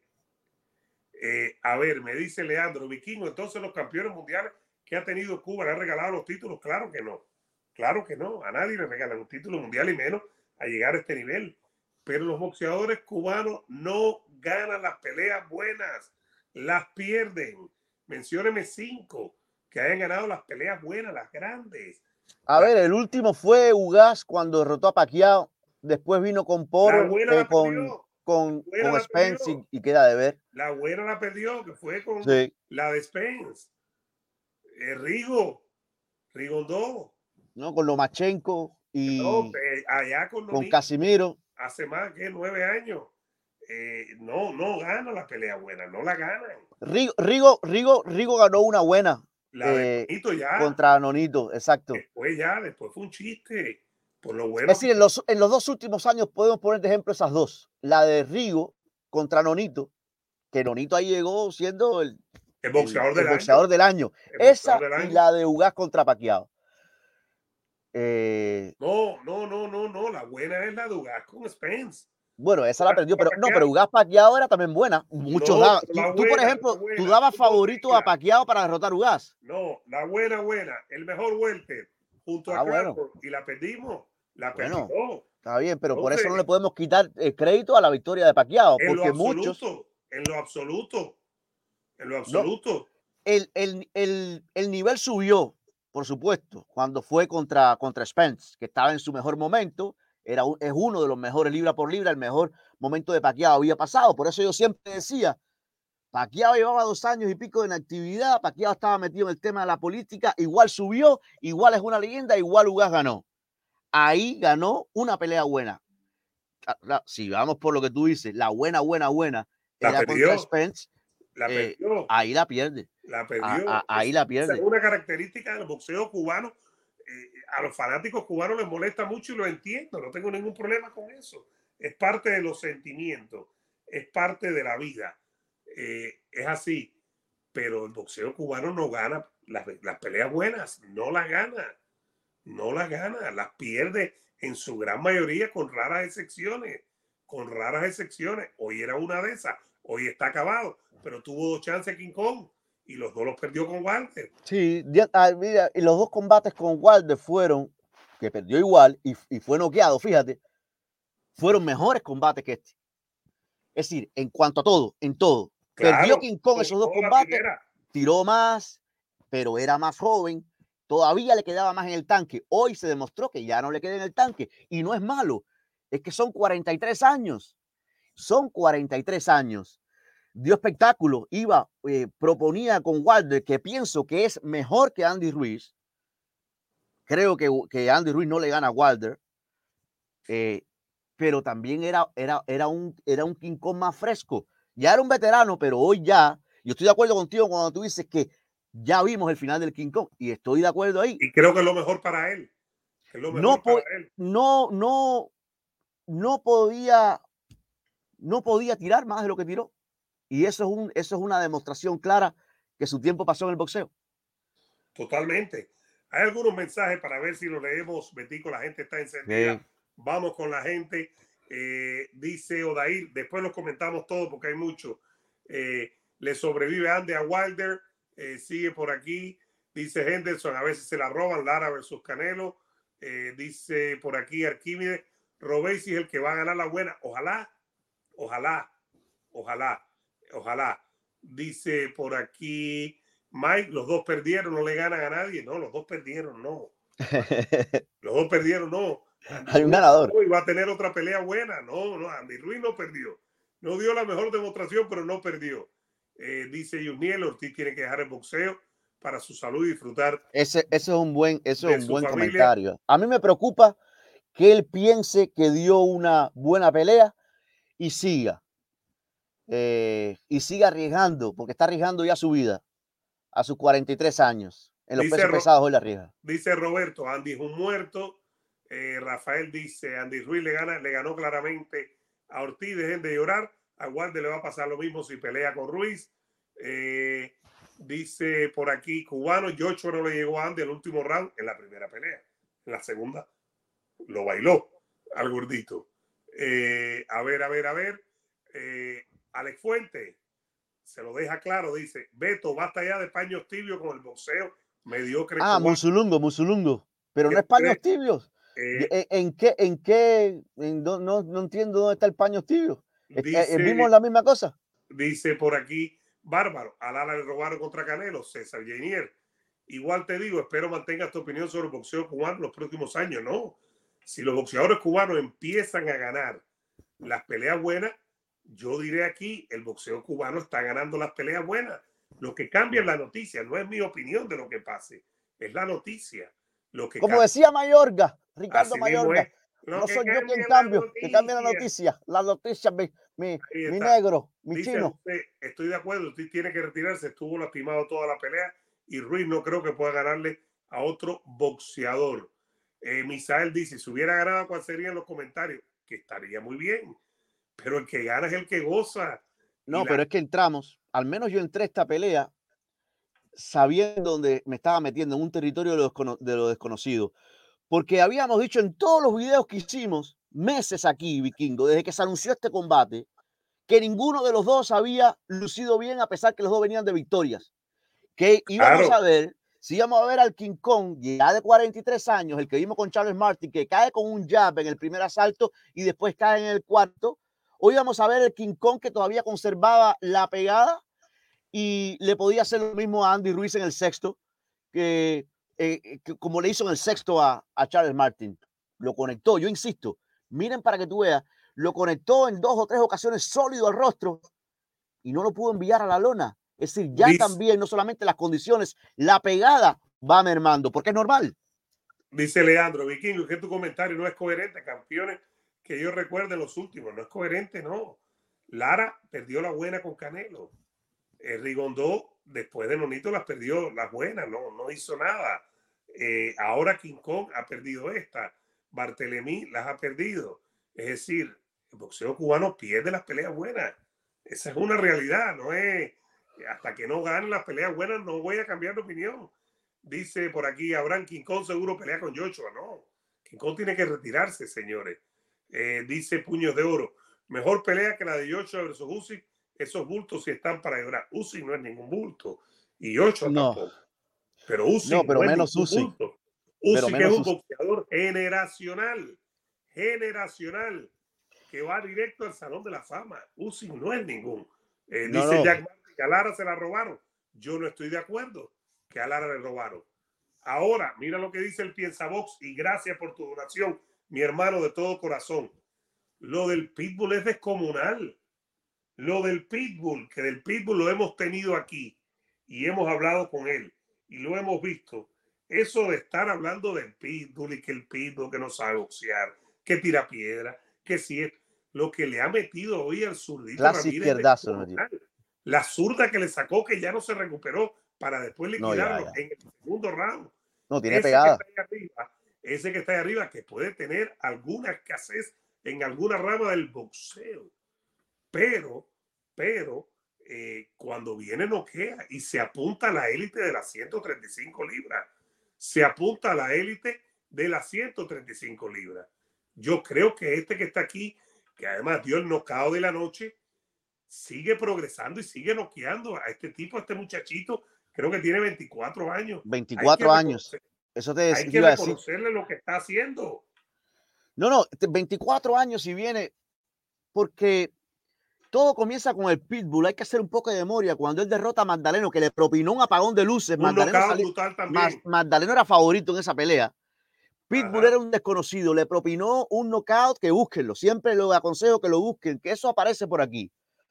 S1: eh, a ver, me dice Leandro, Vikingo, entonces los campeones mundiales que ha tenido Cuba le han regalado los títulos. Claro que no. Claro que no, a nadie le regalan un título mundial y menos a llegar a este nivel. Pero los boxeadores cubanos no ganan las peleas buenas, las pierden. Mencióneme cinco que hayan ganado las peleas buenas, las grandes.
S2: A
S1: la,
S2: ver, el último fue Ugas cuando derrotó a Pacquiao. Después vino con Porter, eh, con, con, con Spence y, y queda de ver.
S1: La buena la perdió, que fue con
S2: sí.
S1: la de Spence. Eh, Rigo, Rigondó.
S2: No, con Lomachenko y
S1: no, allá con,
S2: con Casimiro.
S1: Hace más que nueve años. Eh, no, no gana la pelea buena, no la ganan.
S2: Rigo, Rigo, Rigo, Rigo ganó una buena.
S1: La de eh, Nonito ya.
S2: Contra Nonito, exacto.
S1: Después ya, después fue un chiste. Por lo bueno.
S2: Es decir, en los, en los dos últimos años podemos poner de ejemplo esas dos. La de Rigo contra Nonito, que Nonito ahí llegó siendo el,
S1: el boxeador,
S2: el,
S1: del,
S2: el boxeador
S1: año.
S2: del año.
S1: El
S2: Esa
S1: del año.
S2: Y la de Ugas contra Pacquiao. Eh,
S1: no, no, no, no, no. La buena es la de Ugas con Spence.
S2: Bueno, esa la perdió, pero no, pero Ugas Pacquiao era también buena. Muchos
S1: no,
S2: daban. Tú,
S1: buena,
S2: tú, por ejemplo,
S1: buena,
S2: tú dabas favorito
S1: buena.
S2: a Pacquiao para derrotar a Ugas.
S1: No, la buena, buena. El mejor welter junto
S2: ah,
S1: a Crawford.
S2: Bueno.
S1: Y la perdimos. La
S2: bueno,
S1: perdió.
S2: Está bien, pero
S1: Entonces,
S2: por eso no le podemos quitar el crédito a la victoria de Pacquiao.
S1: En
S2: porque
S1: lo absoluto,
S2: muchos.
S1: En lo absoluto. En lo absoluto.
S2: No, el, el, el, el nivel subió, por supuesto, cuando fue contra, contra Spence, que estaba en su mejor momento. Era un, es uno de los mejores libra por libra, el mejor momento de Pacquiao había pasado. Por eso yo siempre decía Pacquiao llevaba dos años y pico de inactividad. Pacquiao estaba metido en el tema de la política. Igual subió, igual es una leyenda, igual Ugas ganó. Ahí ganó una pelea buena. Si vamos por lo que tú dices, la buena, buena, buena
S1: La
S2: era
S1: perdió.
S2: contra Spence.
S1: La
S2: eh,
S1: perdió.
S2: Ahí la pierde.
S1: La perdió.
S2: A, a, ahí la pierde.
S1: Esa es una característica del boxeo cubano. Eh, a los fanáticos cubanos les molesta mucho y lo entiendo. No tengo ningún problema con eso. Es parte de los sentimientos. Es parte de la vida. Eh, es así. Pero el boxeo cubano no gana las, las peleas buenas. No las gana. No las gana. Las pierde en su gran mayoría con raras excepciones. Con raras excepciones. Hoy era una de esas. Hoy está acabado. Pero tuvo dos chances King Kong. Y los dos los perdió con Wilder.
S2: Sí, mira, y los dos combates con Wilder fueron, que perdió igual y, y fue noqueado, fíjate, fueron mejores combates que este. Es decir, en cuanto a todo, en todo. Claro, perdió King Kong esos dos combates, tiró más, pero era más joven, todavía le quedaba más en el tanque. Hoy se demostró que ya no le queda en el tanque y no es malo, es que son cuarenta y tres años, son cuarenta y tres años. Dio espectáculo, iba, eh, proponía con Wilder, que pienso que es mejor que Andy Ruiz. Creo que, que Andy Ruiz no le gana a Wilder, eh, pero también era, era, era, un, era un King Kong más fresco. Ya era un veterano, pero hoy ya, yo estoy de acuerdo contigo cuando tú dices que ya vimos el final del King Kong, y estoy de acuerdo ahí.
S1: Y creo que es lo mejor para él. Es lo mejor
S2: no,
S1: para él.
S2: No, no, no podía, no podía tirar más de lo que tiró. Y eso es, un, eso es una demostración clara que su tiempo pasó en el boxeo.
S1: Totalmente. Hay algunos mensajes para ver si lo leemos. Betico, la gente está encendida. Sí. Vamos con la gente. Eh, dice Odair, después los comentamos todos porque hay mucho. Eh, le sobrevive Andy a Wilder. Eh, sigue por aquí. Dice Henderson, a veces se la roban. Lara versus Canelo. Eh, dice por aquí Arquímedes, Robesi es el que va a ganar la buena. Ojalá, ojalá, ojalá. Ojalá. Dice por aquí Mike, los dos perdieron, no le ganan a nadie. No, los dos perdieron, no. Los dos perdieron, no.
S2: Andy Hay un Ruiz ganador.
S1: Hoy va a tener otra pelea buena. No, no, Andy Ruiz no perdió. No dio la mejor demostración, pero no perdió. Eh, dice Yuniel, Ortiz tiene que dejar el boxeo para su salud y disfrutar.
S2: Ese, ese es un buen, ese es un buen comentario. A mí me preocupa que él piense que dio una buena pelea y siga. Eh, y siga arriesgando, porque está arriesgando ya su vida a sus cuarenta y tres años. En los dice pesos pesados hoy la arriesga.
S1: Dice Roberto, Andy es un muerto. Eh, Rafael dice, Andy Ruiz le, gana, le ganó claramente a Ortiz, dejen de llorar. A Wilder le va a pasar lo mismo si pelea con Ruiz. Eh, dice por aquí, cubano, Joshua no le llegó a Andy el último round en la primera pelea. En la segunda lo bailó al gordito. Eh, a ver, a ver, a ver. Eh, Alex Fuente se lo deja claro, dice, Beto, basta ya de paños tibios con el boxeo mediocre.
S2: Ah, cubano. Musulungo, Musulungo. Pero no es paños tibios. Eh, ¿En qué? ¿En qué? En, no, no, no entiendo dónde está el paño tibio. Dice, ¿Vimos la misma cosa?
S1: Dice por aquí, Bárbaro, a Lara le robaron contra Canelo, César Jainier. Igual te digo, espero mantengas tu opinión sobre el boxeo cubano en los próximos años. No, si los boxeadores cubanos empiezan a ganar las peleas buenas, yo diré aquí, el boxeo cubano está ganando las peleas buenas. Lo que cambia es la noticia, no es mi opinión de lo que pase, es la noticia. Lo que
S2: Como
S1: cambia.
S2: Decía Mayorga, Ricardo Mayorga, no soy yo quien cambio, que cambia la noticia. La noticia, mi, mi, mi negro, mi
S1: Dice
S2: chino.
S1: Usted, estoy de acuerdo, usted tiene que retirarse, estuvo lastimado toda la pelea y Ruiz no creo que pueda ganarle a otro boxeador. Eh, Misael dice, si hubiera ganado, ¿cuál serían los comentarios? Que estaría muy bien. Pero el que gana es el que goza.
S2: No, pero la... es que entramos, al menos yo entré a esta pelea sabiendo dónde me estaba metiendo, en un territorio de lo, descono de lo desconocido. Porque habíamos dicho en todos los videos que hicimos, meses aquí, Vikingo, desde que se anunció este combate, que ninguno de los dos había lucido bien a pesar que los dos venían de victorias. Que íbamos claro. a ver, si íbamos a ver al King Kong, ya de cuarenta y tres años, el que vimos con Charles Martin, que cae con un jab en el primer asalto y después cae en el cuarto. Hoy íbamos a ver el King Kong que todavía conservaba la pegada y le podía hacer lo mismo a Andy Ruiz en el sexto, que, eh, que como le hizo en el sexto a, a Charles Martin. Lo conectó, yo insisto, miren para que tú veas, lo conectó en dos o tres ocasiones sólido al rostro y no lo pudo enviar a la lona. Es decir, ya
S1: Dice,
S2: también no solamente las condiciones, la pegada va mermando, porque es normal.
S1: Dice Leandro, Vikingo, que tu comentario no es coherente, campeones que yo recuerde los últimos, no es coherente, no. Lara perdió la buena con Canelo. El Rigondó, después de Nonito, las perdió las buenas, no, no hizo nada. Eh, ahora King Kong ha perdido esta. Bartelemí las ha perdido. Es decir, el boxeo cubano pierde las peleas buenas. Esa es una realidad, no es hasta que no ganen las peleas buenas, no voy a cambiar de opinión. Dice por aquí, Abraham, King Kong seguro pelea con Joshua. No, King Kong tiene que retirarse, señores. Eh, dice Puños de Oro, mejor pelea que la de Joshua versus Usyk. Esos bultos sí están para llorar. Usyk no es ningún bulto y Joshua
S2: No,
S1: tampoco. Pero
S2: no,
S1: Usyk
S2: pero
S1: no es
S2: menos
S1: ningún
S2: Usyk,
S1: bulto.
S2: pero
S1: Usyk es
S2: menos
S1: un
S2: Usyk.
S1: boxeador generacional, generacional, que va directo al Salón de la Fama. Usyk no es ningún. Eh,
S2: No,
S1: dice
S2: no,
S1: Jack Martin que a Lara se la robaron. Yo no estoy de acuerdo que a Lara le robaron. Ahora, mira lo que dice el Piensabox y gracias por tu donación, mi hermano de todo corazón. Lo del Pitbull es descomunal. Lo del Pitbull, que del Pitbull lo hemos tenido aquí y hemos hablado con él y lo hemos visto. Eso de estar hablando del Pitbull y que el Pitbull que no sabe boxear, que tira piedra, que si es lo que le ha metido hoy al zurdito
S2: clase
S1: Ramírez.
S2: izquierdazo, no, tío.
S1: La zurda que le sacó que ya no se recuperó para después
S2: No, ya,
S1: liquidarlo
S2: ya.
S1: en el segundo round.
S2: No, tiene
S1: Ese
S2: pegada.
S1: que está ahí arriba, ese que está ahí arriba, que puede tener alguna escasez en alguna rama del boxeo. Pero, pero, eh, cuando viene noquea y se apunta a la élite de las ciento treinta y cinco libras, se apunta a la élite de las ciento treinta y cinco libras. Yo creo que este que está aquí, que además dio el nocao de la noche, sigue progresando y sigue noqueando a este tipo, a este muchachito, creo que tiene veinticuatro años.
S2: veinticuatro años. Eso te
S1: hay que
S2: iba a decir.
S1: reconocerle lo que está haciendo.
S2: No, no, veinticuatro años y viene, porque todo comienza con el Pitbull. Hay que hacer un poco de memoria. Cuando él derrota a Magdaleno, que le propinó un apagón de luces,
S1: Un
S2: Magdaleno,
S1: knockout
S2: salió,
S1: brutal también.
S2: Magdaleno era favorito en esa pelea. Pitbull
S1: Ajá.
S2: era un desconocido, le propinó un knockout que búsquenlo. Siempre lo aconsejo que lo busquen, que eso aparece por aquí.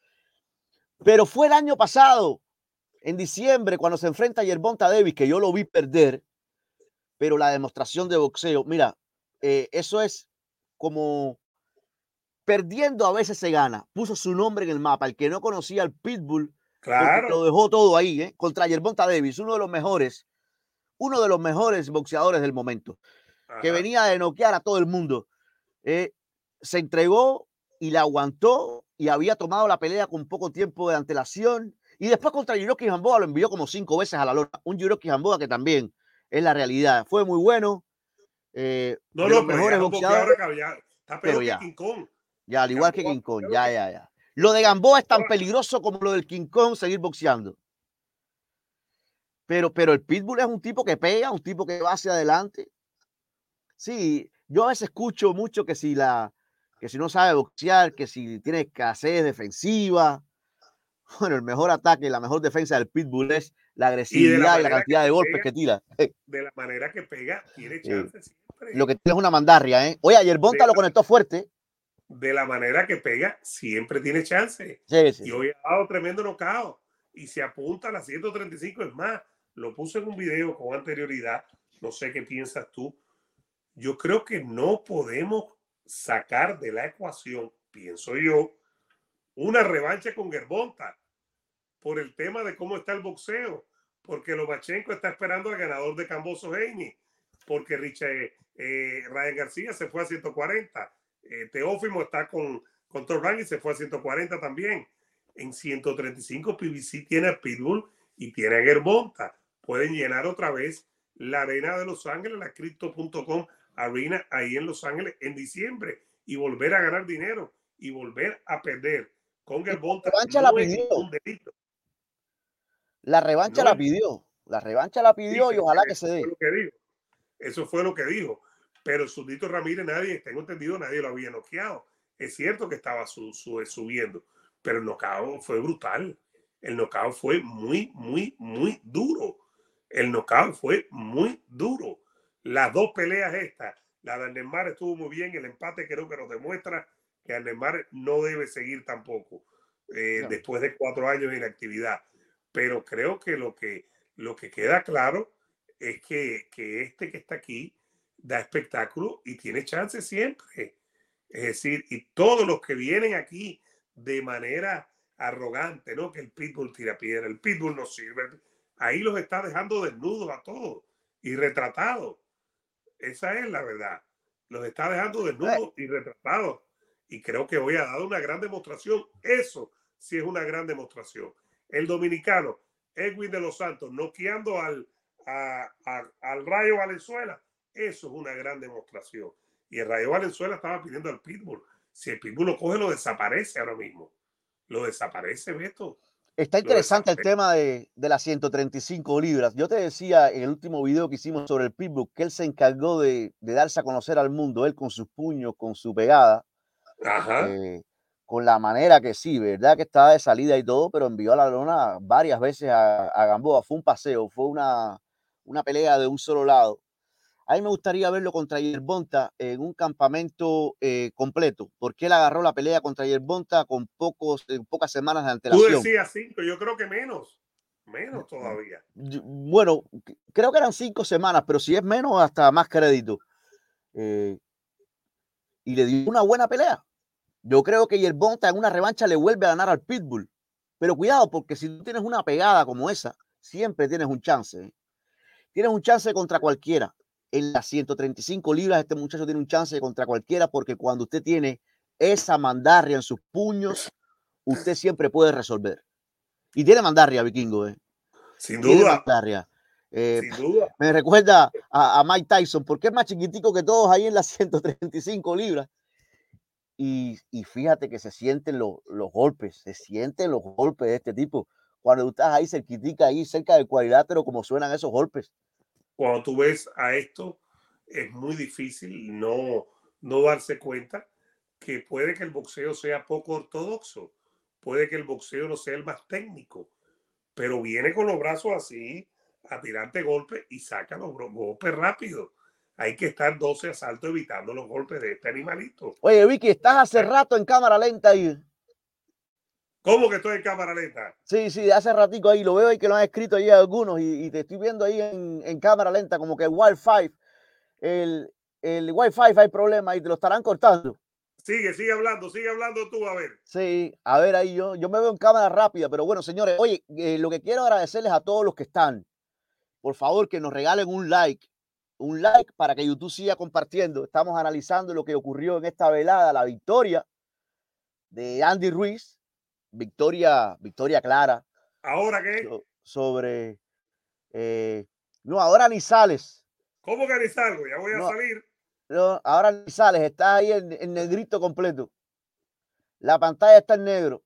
S2: Pero fue el año pasado, en diciembre, cuando se enfrenta a Gervonta Davis, que yo lo vi perder, pero la demostración de boxeo, mira, eh, eso es como perdiendo a veces se gana. Puso su nombre en el mapa. El que no conocía al Pitbull, porque
S1: Claro.
S2: lo dejó todo ahí, ¿eh? Contra Gervonta Davis, uno de los mejores, uno de los mejores boxeadores del momento,
S1: Ajá.
S2: que venía de noquear a todo el mundo. Eh, se entregó y la aguantó y había tomado la pelea con poco tiempo de antelación. Y después contra Yuroki Gamboa lo envió como cinco veces a la lona. Un Yuroki Gamboa que también es la realidad. Fue muy bueno. Eh,
S1: no,
S2: de
S1: no,
S2: los
S1: pero
S2: mejores
S1: ya
S2: boxeadores.
S1: Ya, está peor
S2: pero
S1: que
S2: ya,
S1: King Kong.
S2: ya, al igual
S1: Gamboa,
S2: que King Kong,
S1: ya,
S2: ya, ya, ya. Lo de Gamboa es tan peligroso como lo del King Kong seguir boxeando. Pero, pero el Pitbull es un tipo que pega, un tipo que va hacia adelante. Sí, yo a veces escucho mucho que si la, que si no sabe boxear, que si tiene escasez defensiva. Bueno, el mejor ataque y la mejor defensa del Pitbull es la agresividad y, y la cantidad que de golpes pega, que tira.
S1: De la manera que pega, tiene chance
S2: sí.
S1: siempre.
S2: Lo que tiene es una mandarria, ¿eh? Oye, ayer Bonta lo conectó fuerte.
S1: De la manera que pega, siempre tiene chance.
S2: Sí, sí,
S1: y hoy ha dado tremendo knockout. Y se apunta a las ciento treinta y cinco. Es más, lo puse en un video con anterioridad. No sé qué piensas tú. Yo creo que no podemos sacar de la ecuación, pienso yo, una revancha con Gervonta por el tema de cómo está el boxeo, porque Lomachenko está esperando al ganador de Camboso Heini, porque Richard, eh, Ryan García se fue a ciento cuarenta, eh, Teófimo está con, con Torban y se fue a ciento cuarenta también. En ciento treinta y cinco P B C tiene a Pitbull y tiene a Gervonta. Pueden llenar otra vez la arena de Los Ángeles, la crypto punto com arena ahí en Los Ángeles en diciembre y volver a ganar dinero y volver a perder con Gervonta.
S2: La revancha
S1: no
S2: la pidió.
S1: Es un delito.
S2: La revancha
S1: no
S2: la pidió. La revancha la pidió
S1: sí,
S2: y ojalá que se dé.
S1: Fue lo que dijo. Eso fue lo que dijo. Pero el Zurdito Ramírez, nadie, tengo entendido, nadie lo había noqueado. Es cierto que estaba su, su, subiendo, pero el knockout fue brutal. El knockout fue muy, muy, muy duro. El knockout fue muy duro. Las dos peleas estas, la de Neymar estuvo muy bien. El empate creo que nos demuestra que Neymar no debe seguir tampoco. eh,
S2: No.
S1: después de cuatro años de inactividad. Pero creo que lo que, lo que queda claro es que, que este que está aquí da espectáculo y tiene chance siempre. Es decir, y todos los que vienen aquí de manera arrogante, ¿no? Que el pitbull tira piedra, el pitbull no sirve. Ahí los está dejando desnudos a todos y retratados. Esa es la verdad. Los está dejando
S2: Eh,
S1: desnudos y retratados. Y creo que hoy ha dado una gran demostración. Eso sí es una gran demostración. El dominicano, Edwin de los Santos, noqueando al, a, a, al Rayo Valenzuela. Eso es una gran demostración. Y el Rayo Valenzuela estaba pidiendo al pitbull. Si el pitbull lo coge, lo desaparece ahora mismo. Lo desaparece, Beto.
S2: Está
S1: Lo
S2: interesante el
S1: desaparece.
S2: tema de, de las ciento treinta y cinco libras. Yo te decía en el último video que hicimos sobre el pitbull que él se encargó de, de darse a conocer al mundo, él con sus puños, con su pegada,
S1: Ajá.
S2: eh, con la manera que sí, verdad que estaba de salida y todo, pero envió a la lona varias veces a, a Gamboa. Fue un paseo, fue una, una pelea de un solo lado. A mí me gustaría verlo contra Yerbonta en un campamento eh, completo, porque él agarró la pelea contra Yerbonta con pocos, eh, pocas semanas de
S1: Tú
S2: antelación.
S1: decías cinco, yo creo que menos. Menos todavía.
S2: Bueno, creo que eran cinco semanas, pero si es menos, hasta más crédito. Eh, y le dio una buena pelea. Yo creo que Yerbonta en una revancha le vuelve a ganar al Pitbull. Pero cuidado, porque si tú tienes una pegada como esa, siempre tienes un chance. ¿eh? Tienes un chance contra cualquiera. En las ciento treinta y cinco libras, este muchacho tiene un chance contra cualquiera, porque cuando usted tiene esa mandarria en sus puños, usted siempre puede resolver. Y tiene mandarria, Vikingo. ¿eh?
S1: Sin
S2: Tiene
S1: duda.
S2: mandarria. Eh,
S1: Sin duda.
S2: me recuerda a, a Mike Tyson, porque es más chiquitico que todos ahí en las ciento treinta y cinco libras. Y, y fíjate que se sienten los, los golpes, se sienten los golpes de este tipo. Cuando tú estás ahí cerquitica, ahí cerca del cuadrilátero, como suenan esos golpes.
S1: Cuando tú ves a esto, es muy difícil no, no darse cuenta que puede que el boxeo sea poco ortodoxo, puede que el boxeo no sea el más técnico, pero viene con los brazos así a tirarte golpes y saca los golpes rápido. Hay que estar doce asaltos evitando los golpes de este animalito.
S2: Oye, Vicky, estás hace
S1: ¿Eh?
S2: rato en cámara lenta ahí.
S1: ¿Cómo que estoy en cámara lenta?
S2: Sí, sí, hace ratico ahí, lo veo ahí que lo han escrito ahí algunos y, y te estoy viendo ahí en, en cámara lenta, como que el Wi-Fi, el, el Wi-Fi hay problema y te lo estarán cortando.
S1: Sigue, sigue hablando, sigue hablando tú, a ver.
S2: Sí, a ver ahí yo, yo me veo en cámara rápida, pero bueno, señores, oye, eh, lo que quiero agradecerles a todos los que están, por favor, que nos regalen un like, un like para que YouTube siga compartiendo. Estamos analizando lo que ocurrió en esta velada, la victoria de Andy Ruiz, victoria, victoria clara
S1: ¿Ahora qué?
S2: so, sobre, eh, no, ahora ni sales,
S1: ¿Cómo que ni salgo? Ya voy a
S2: no,
S1: salir.
S2: no, ahora ni sales, está ahí en, en negrito completo, la pantalla está en negro,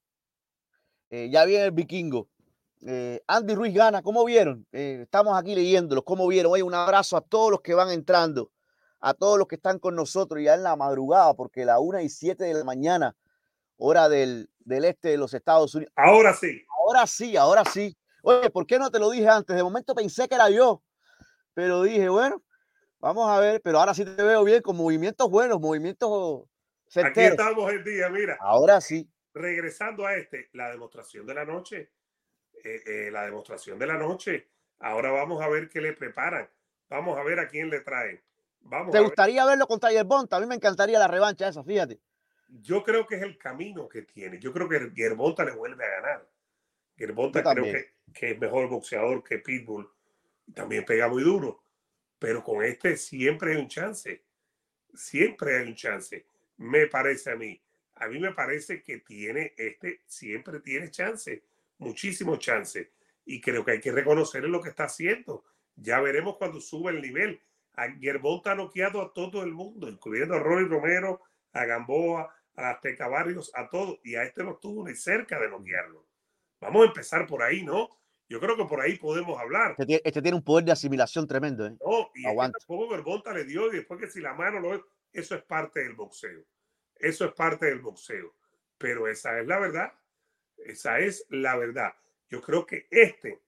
S2: eh, ya viene el vikingo. Eh, Andy Ruiz gana, ¿cómo vieron? Eh, estamos aquí leyéndolos, ¿cómo vieron? Oye, un abrazo a todos los que van entrando, a todos los que están con nosotros ya en la madrugada, porque la una y siete de la mañana, hora del, del este de los Estados Unidos.
S1: Ahora sí.
S2: Ahora sí, ahora sí. Oye, ¿por qué no te lo dije antes? De momento pensé que era yo, pero dije, bueno, vamos a ver, pero ahora sí te veo bien, con movimientos buenos, movimientos
S1: Aquí
S2: certeros.
S1: estamos el día, mira.
S2: Ahora sí.
S1: Regresando a este, la demostración de la noche. Eh, eh, la demostración de la noche. Ahora vamos a ver qué le preparan. Vamos a ver a quién le traen. Vamos
S2: ¿Te
S1: a ver.
S2: gustaría verlo contra Yerbonta? A mí me encantaría la revancha esa, fíjate.
S1: Yo creo que es el camino que tiene. Yo creo que Gervonta le vuelve a ganar.
S2: Yo
S1: Gervonta creo
S2: también.
S1: que, que es mejor boxeador que Pitbull. También pega muy duro. Pero con este siempre hay un chance. Siempre hay un chance. Me parece a mí. A mí me parece que tiene este, siempre tiene chance. Muchísimo chance. Y creo que hay que reconocer lo que está haciendo. Ya veremos cuando sube el nivel. A Gervonta ha noqueado a todo el mundo, incluyendo a Rory Romero, a Gamboa, a Azteca Barrios, a todos. Y a este no estuvo ni cerca de noquearlo. Vamos a empezar por ahí, ¿no? Yo creo que por ahí podemos hablar.
S2: Este tiene, este tiene un poder de asimilación tremendo, ¿eh?
S1: No, y es que
S2: Aguanta.
S1: tampoco Gervonta le dio y después que si la mano lo es, eso es parte del boxeo. Eso es parte del boxeo. Pero esa es la verdad. Esa es la verdad. Yo creo que este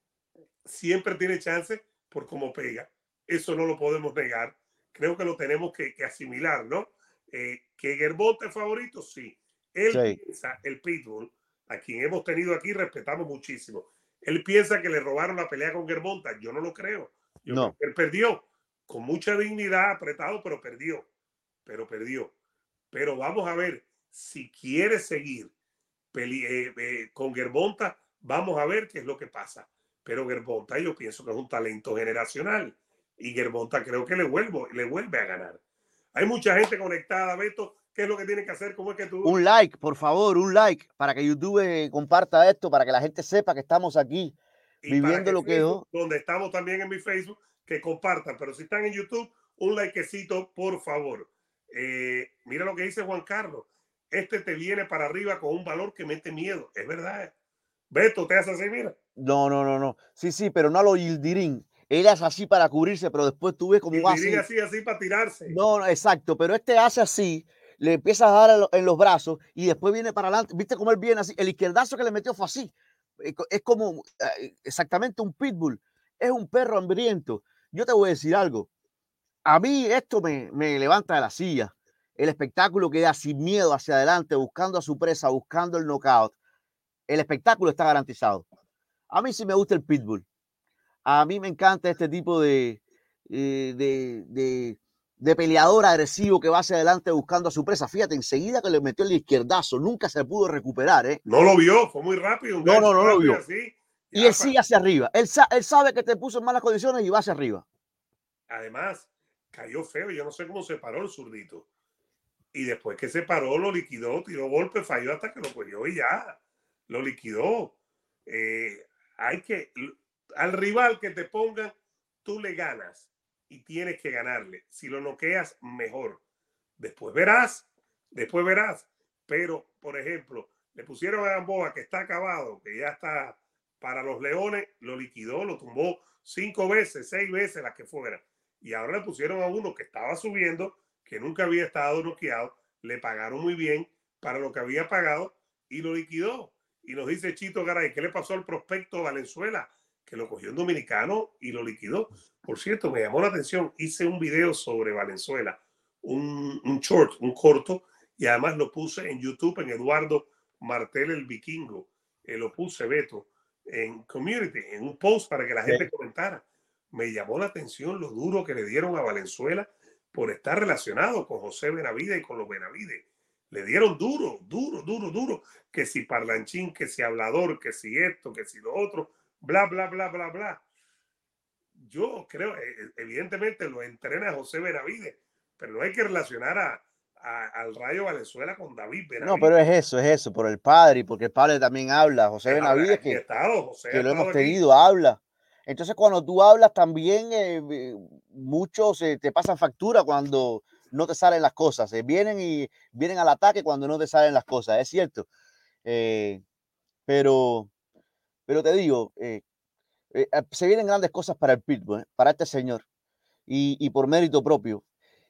S1: siempre tiene chance por cómo pega. Eso no lo podemos negar. Creo que lo tenemos que, que asimilar, ¿no? Eh, que Gervonta es favorito, sí. Él
S2: Sí.
S1: piensa, el Pitbull, a quien hemos tenido aquí, respetamos muchísimo. Él piensa que le robaron la pelea con Gervonta. Yo no lo creo. Yo
S2: No.
S1: creo que él perdió con mucha dignidad, apretado, pero perdió. Pero perdió. Pero vamos a ver si quiere seguir eh, eh, con Gervonta. Vamos a ver qué es lo que pasa. Pero Gervonta yo pienso que es un talento generacional. Y Gervonta creo que le vuelve, le vuelve a ganar. Hay mucha gente conectada, Beto. ¿Qué es lo que tiene que hacer? ¿Cómo es que tú?
S2: Un like, por favor, un like para que YouTube eh, comparta esto, para que la gente sepa que estamos aquí
S1: y
S2: viviendo
S1: que
S2: lo
S1: Facebook,
S2: que
S1: es. Donde estamos también en mi Facebook, que compartan. Pero si están en YouTube, un likecito, por favor. Eh, mira lo que dice Juan Carlos. Este te viene para arriba con un valor que mete miedo. Es verdad. Beto, te hace así, mira.
S2: No, no, no, no. Sí, sí, pero no a lo Yildirim. Él es así para cubrirse, pero después tú ves como
S1: hace. así, así para tirarse.
S2: No, no, exacto, pero este hace así, le empieza a dar en los brazos y después viene para adelante. ¿Viste cómo él viene así? El izquierdazo que le metió fue así. Es como exactamente un pitbull. Es un perro hambriento. Yo te voy a decir algo. A mí esto me, me levanta de la silla. El espectáculo que da sin miedo hacia adelante, buscando a su presa, buscando el knockout. El espectáculo está garantizado. A mí sí me gusta el pitbull. A mí me encanta este tipo de, de, de, de peleador agresivo que va hacia adelante buscando a su presa. Fíjate, enseguida que le metió el izquierdazo, nunca se pudo recuperar. ¿eh?
S1: No lo vio, fue muy rápido. Un
S2: no, no, no lo vio.
S1: Así,
S2: y él sigue hacia arriba. Él, sa él sabe que te puso en malas condiciones y va hacia arriba.
S1: Además, cayó feo. Yo no sé cómo se paró el zurdito. Y después que se paró, lo liquidó, tiró golpe, falló hasta que lo cogió y ya. Lo liquidó. Eh, hay que... Al rival que te pongan, tú le ganas y tienes que ganarle. Si lo noqueas, mejor. Después verás, después verás. Pero, por ejemplo, le pusieron a Gamboa, que está acabado, que ya está para los Leones, lo liquidó, lo tumbó cinco veces, seis veces, las que fueran. Y ahora le pusieron a uno que estaba subiendo, que nunca había estado noqueado, le pagaron muy bien para lo que había pagado y lo liquidó. Y nos dice Chito Garay, ¿qué le pasó al prospecto Valenzuela? Que lo cogió un dominicano y lo liquidó. Por cierto, me llamó la atención, hice un video sobre Valenzuela, un, un short, un corto, y además lo puse en YouTube, en Eduardo Martel el Vikingo. Eh, lo puse, Beto, en Community, en un post para que la gente sí. comentara. Me llamó la atención lo duro que le dieron a Valenzuela por estar relacionado con José Benavides y con los Benavides. Le dieron duro, duro, duro, duro. Que si parlanchín, que si hablador, que si esto, que si lo otro, bla, bla, bla, bla, bla. Yo creo, evidentemente lo entrena José Benavides, pero no hay que relacionar a, a, al Rayo Valenzuela con David Benavides.
S2: No, pero es eso, es eso, por el padre y porque el padre también habla. José
S1: Él
S2: Benavides,
S1: habla,
S2: que,
S1: estado, José
S2: que lo hemos
S1: aquí.
S2: tenido, habla. Entonces, cuando tú hablas también, eh, muchos eh, te pasan factura cuando no te salen las cosas. Eh, vienen y vienen al ataque cuando no te salen las cosas, es cierto. Eh, pero, pero te digo, eh, eh, se vienen grandes cosas para el Pitbull, eh, para este señor. Y, y por mérito propio.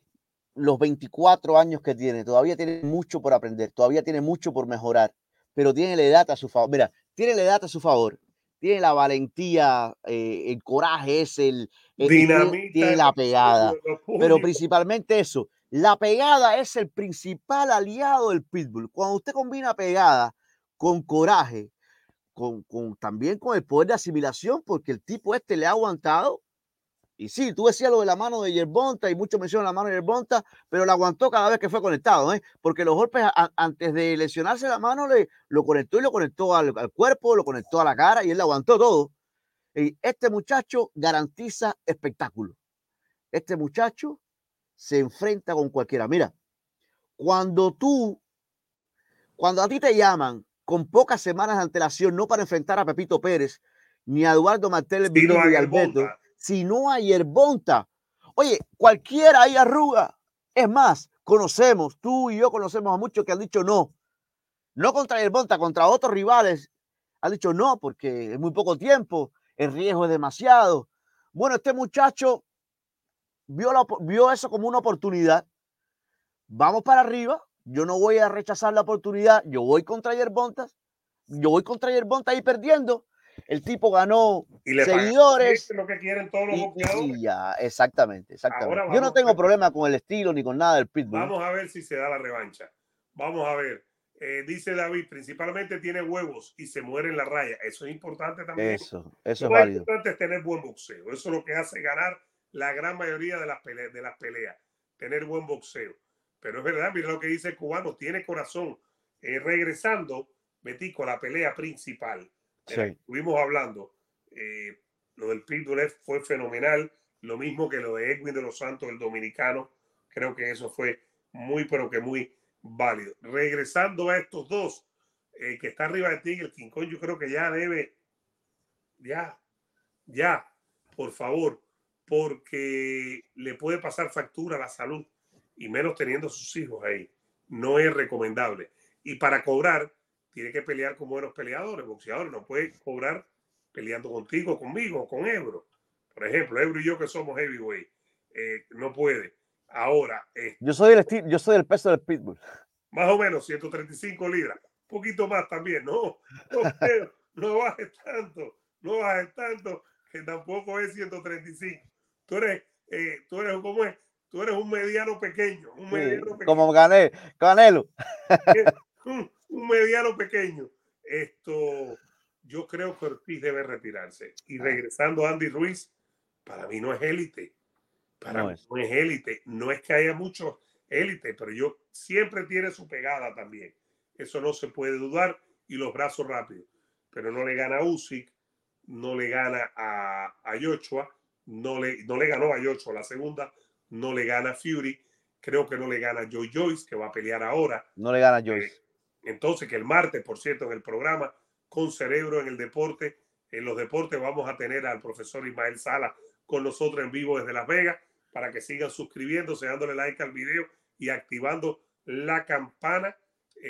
S2: Los veinticuatro años que tiene, todavía tiene mucho por aprender, todavía tiene mucho por mejorar, pero tiene la edad a su favor. Mira, tiene la edad a su favor, tiene la valentía, eh, el coraje, es el, el
S1: Dinamita,
S2: tiene la pegada,
S1: puños,
S2: pero principalmente eso, la pegada es el principal aliado del Pitbull. Cuando usted combina pegada con coraje, con, con también con el poder de asimilación, porque el tipo este le ha aguantado. Y sí, tú decías lo de la mano de Gervonta y muchos mencionan la mano de Gervonta, pero la aguantó cada vez que fue conectado, ¿eh? Porque los golpes a, antes de lesionarse la mano le, lo conectó y lo conectó al, al cuerpo, lo conectó a la cara y él le aguantó todo. Y este muchacho garantiza espectáculo. Este muchacho se enfrenta con cualquiera. Mira, cuando tú, cuando a ti te llaman con pocas semanas de antelación, no para enfrentar a Pepito Pérez, ni a Eduardo Martel, el Vikingo y Alberto, sino a Gervonta. Oye, cualquiera ahí arruga. Es más, conocemos, tú y yo conocemos a muchos que han dicho no. No contra Gervonta, contra otros rivales. Han dicho no porque es muy poco tiempo, el riesgo es demasiado. Bueno, este muchacho vio, la, vio eso como una oportunidad. Vamos para arriba. Yo no voy a rechazar la oportunidad. Yo voy contra Gervonta. Yo voy contra Gervonta ahí perdiendo. El tipo ganó
S1: y le
S2: seguidores.
S1: Lo que quieren todos los
S2: y, y ya, exactamente, exactamente.
S1: Ahora
S2: yo no tengo problema con el estilo ni con nada del Pitbull.
S1: Vamos a ver si se da la revancha. Vamos a ver. Eh, dice David, principalmente tiene huevos y se muere en la raya. Eso es importante también.
S2: Eso, eso
S1: Lo
S2: es
S1: más
S2: válido.
S1: importante es tener buen boxeo. Eso es lo que hace ganar la gran mayoría de las peleas, de las peleas. Tener buen boxeo. Pero es verdad, mira lo que dice el cubano, tiene corazón. Eh, regresando, Betico, a la pelea principal de la que
S2: Sí.
S1: estuvimos hablando, eh, lo del Pitbull fue fenomenal. Lo mismo que lo de Edwin de los Santos, el dominicano. Creo que eso fue muy, pero que muy válido. Regresando a estos dos, eh, que está arriba de ti, el King Kong, yo creo que ya debe, ya, ya, por favor, porque le puede pasar factura a la salud y menos teniendo sus hijos ahí. No es recomendable. Y para cobrar, tiene que pelear con buenos peleadores, boxeadores. No puede cobrar peleando contigo, conmigo, con Ebro. Por ejemplo, Ebro y yo que somos heavyweight, eh, no puede. Ahora, eh,
S2: Yo soy, el estilo, yo soy del peso del Pitbull.
S1: más o menos ciento treinta y cinco libras, un poquito más también, no, no creo, no bajes tanto, no bajes tanto, que tampoco es ciento treinta y cinco. Tú eres, eh, tú eres, ¿cómo es? Tú eres un mediano pequeño, un
S2: Sí,
S1: mediano pequeño.
S2: como Gané, Canelo.
S1: un, un mediano pequeño. Esto, yo creo que Ortiz debe retirarse. Y regresando a Andy Ruiz, para mí no es élite. Para
S2: No
S1: mí
S2: es.
S1: no es élite. No es que haya muchos élite, pero yo siempre tiene su pegada también. Eso no se puede dudar. Y los brazos rápidos. Pero no le gana a Usyk, no le gana a, a Joshua, no le, no le ganó a Joshua la segunda, no le gana a Fury, creo que no le gana a Joe Joyce, que va a pelear ahora.
S2: No le gana a
S1: Eh,
S2: Joyce.
S1: entonces, que el martes, por cierto, en el programa Con Cerebro en el Deporte, en los deportes vamos a tener al profesor Ismael Sala con nosotros en vivo desde Las Vegas, para que sigan suscribiéndose, dándole like al video y activando la campana.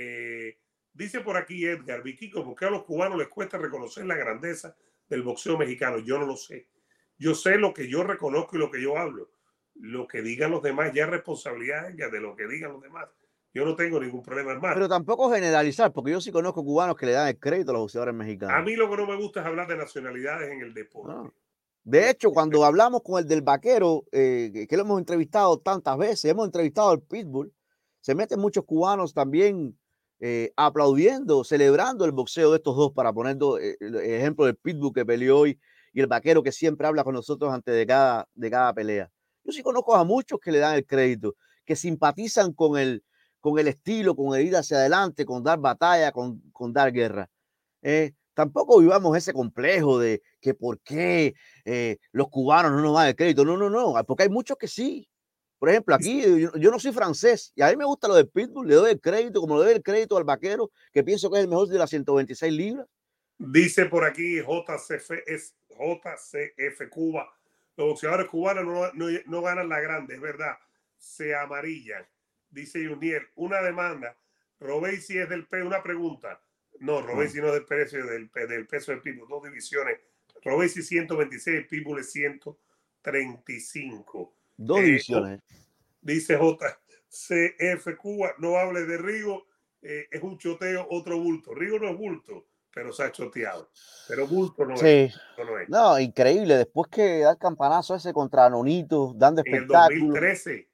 S1: Eh, dice por aquí Edgar, Vikingo, ¿por qué a los cubanos les cuesta reconocer la grandeza del boxeo mexicano? Yo no lo sé. Yo sé lo que yo reconozco y lo que yo hablo. Lo que digan los demás ya es responsabilidad ya de lo que digan los demás. Yo no tengo ningún problema en más.
S2: Pero tampoco generalizar, porque yo sí conozco cubanos que le dan el crédito a los boxeadores
S1: A
S2: mexicanos.
S1: mí lo que no me gusta es hablar de nacionalidades en el deporte.
S2: No. De hecho, cuando hablamos con el del vaquero, eh, que, que lo hemos entrevistado tantas veces, hemos entrevistado al Pitbull, se meten muchos cubanos también eh, aplaudiendo, celebrando el boxeo de estos dos, para poner do, eh, el ejemplo del Pitbull que peleó hoy y el vaquero que siempre habla con nosotros antes de cada, de cada pelea. Yo sí conozco a muchos que le dan el crédito, que simpatizan con el, con el estilo, con el ir hacia adelante, con dar batalla, con, con dar guerra. Eh, tampoco vivamos ese complejo de que por qué eh, los cubanos no nos dan el crédito. No, no, no, porque hay muchos que sí. Por ejemplo, aquí yo, yo no soy francés y a mí me gusta lo del Pitbull, le doy el crédito, como le doy el crédito al vaquero, que pienso que es el mejor de las ciento veintiséis libras.
S1: Dice por aquí J C F, es J C F Cuba. Los boxeadores cubanos no, no, no ganan la grande, es verdad. Se amarillan. Dice Juniel, una demanda. Robesi es del peso, una pregunta. No, Robesi no es del precio del, del peso del Pitbull, dos divisiones. Robesi ciento veintiséis, Pitbull es ciento treinta y cinco.
S2: Dos
S1: Eh,
S2: divisiones.
S1: dice J C F Cuba, no hable de Rigo, eh, es un choteo, otro bulto. Rigo no es bulto, pero se ha choteado. Pero bulto no
S2: Sí.
S1: es. No es.
S2: No, increíble. Después que da el campanazo ese contra Nonito, dando
S1: En el dos mil
S2: espectáculo.
S1: trece,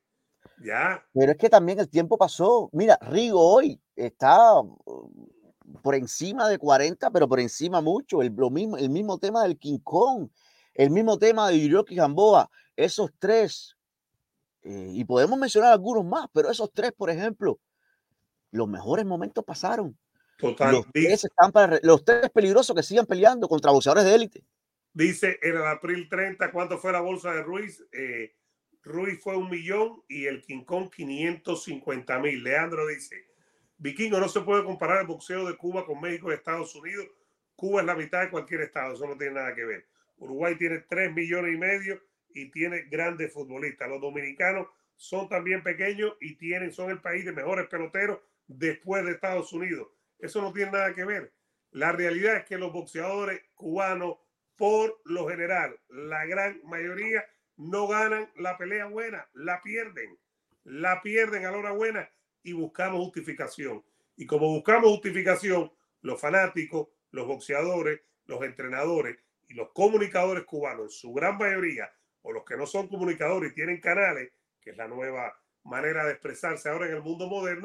S1: ya.
S2: Pero es que también el tiempo pasó. Mira, Rigo hoy está por encima de cuarenta, pero por encima mucho. El, lo mismo, el mismo tema del King Kong, el mismo tema de Hiroki Gamboa. Esos tres, eh, y podemos mencionar algunos más, pero esos tres, por ejemplo, los mejores momentos pasaron.
S1: Total.
S2: Los
S1: Dice,
S2: tres están para los tres peligrosos que sigan peleando contra boxeadores de élite.
S1: dice en el abril treinta, ¿cuánto fue la bolsa de Ruiz? Eh, Ruiz fue un millón y el King Kong quinientos cincuenta mil. Leandro dice, Vikingo, no se puede comparar el boxeo de Cuba con México y Estados Unidos. Cuba es la mitad de cualquier estado, eso no tiene nada que ver. Uruguay tiene tres millones y medio y tiene grandes futbolistas. Los dominicanos son también pequeños y tienen, son el país de mejores peloteros después de Estados Unidos. Eso no tiene nada que ver. La realidad es que los boxeadores cubanos, por lo general, la gran mayoría, no ganan la pelea buena, la pierden. La pierden a la hora buena y buscamos justificación. Y como buscamos justificación, los fanáticos, los boxeadores, los entrenadores y los comunicadores cubanos, en su gran mayoría, o los que no son comunicadores y tienen canales, que es la nueva manera de expresarse ahora en el mundo moderno,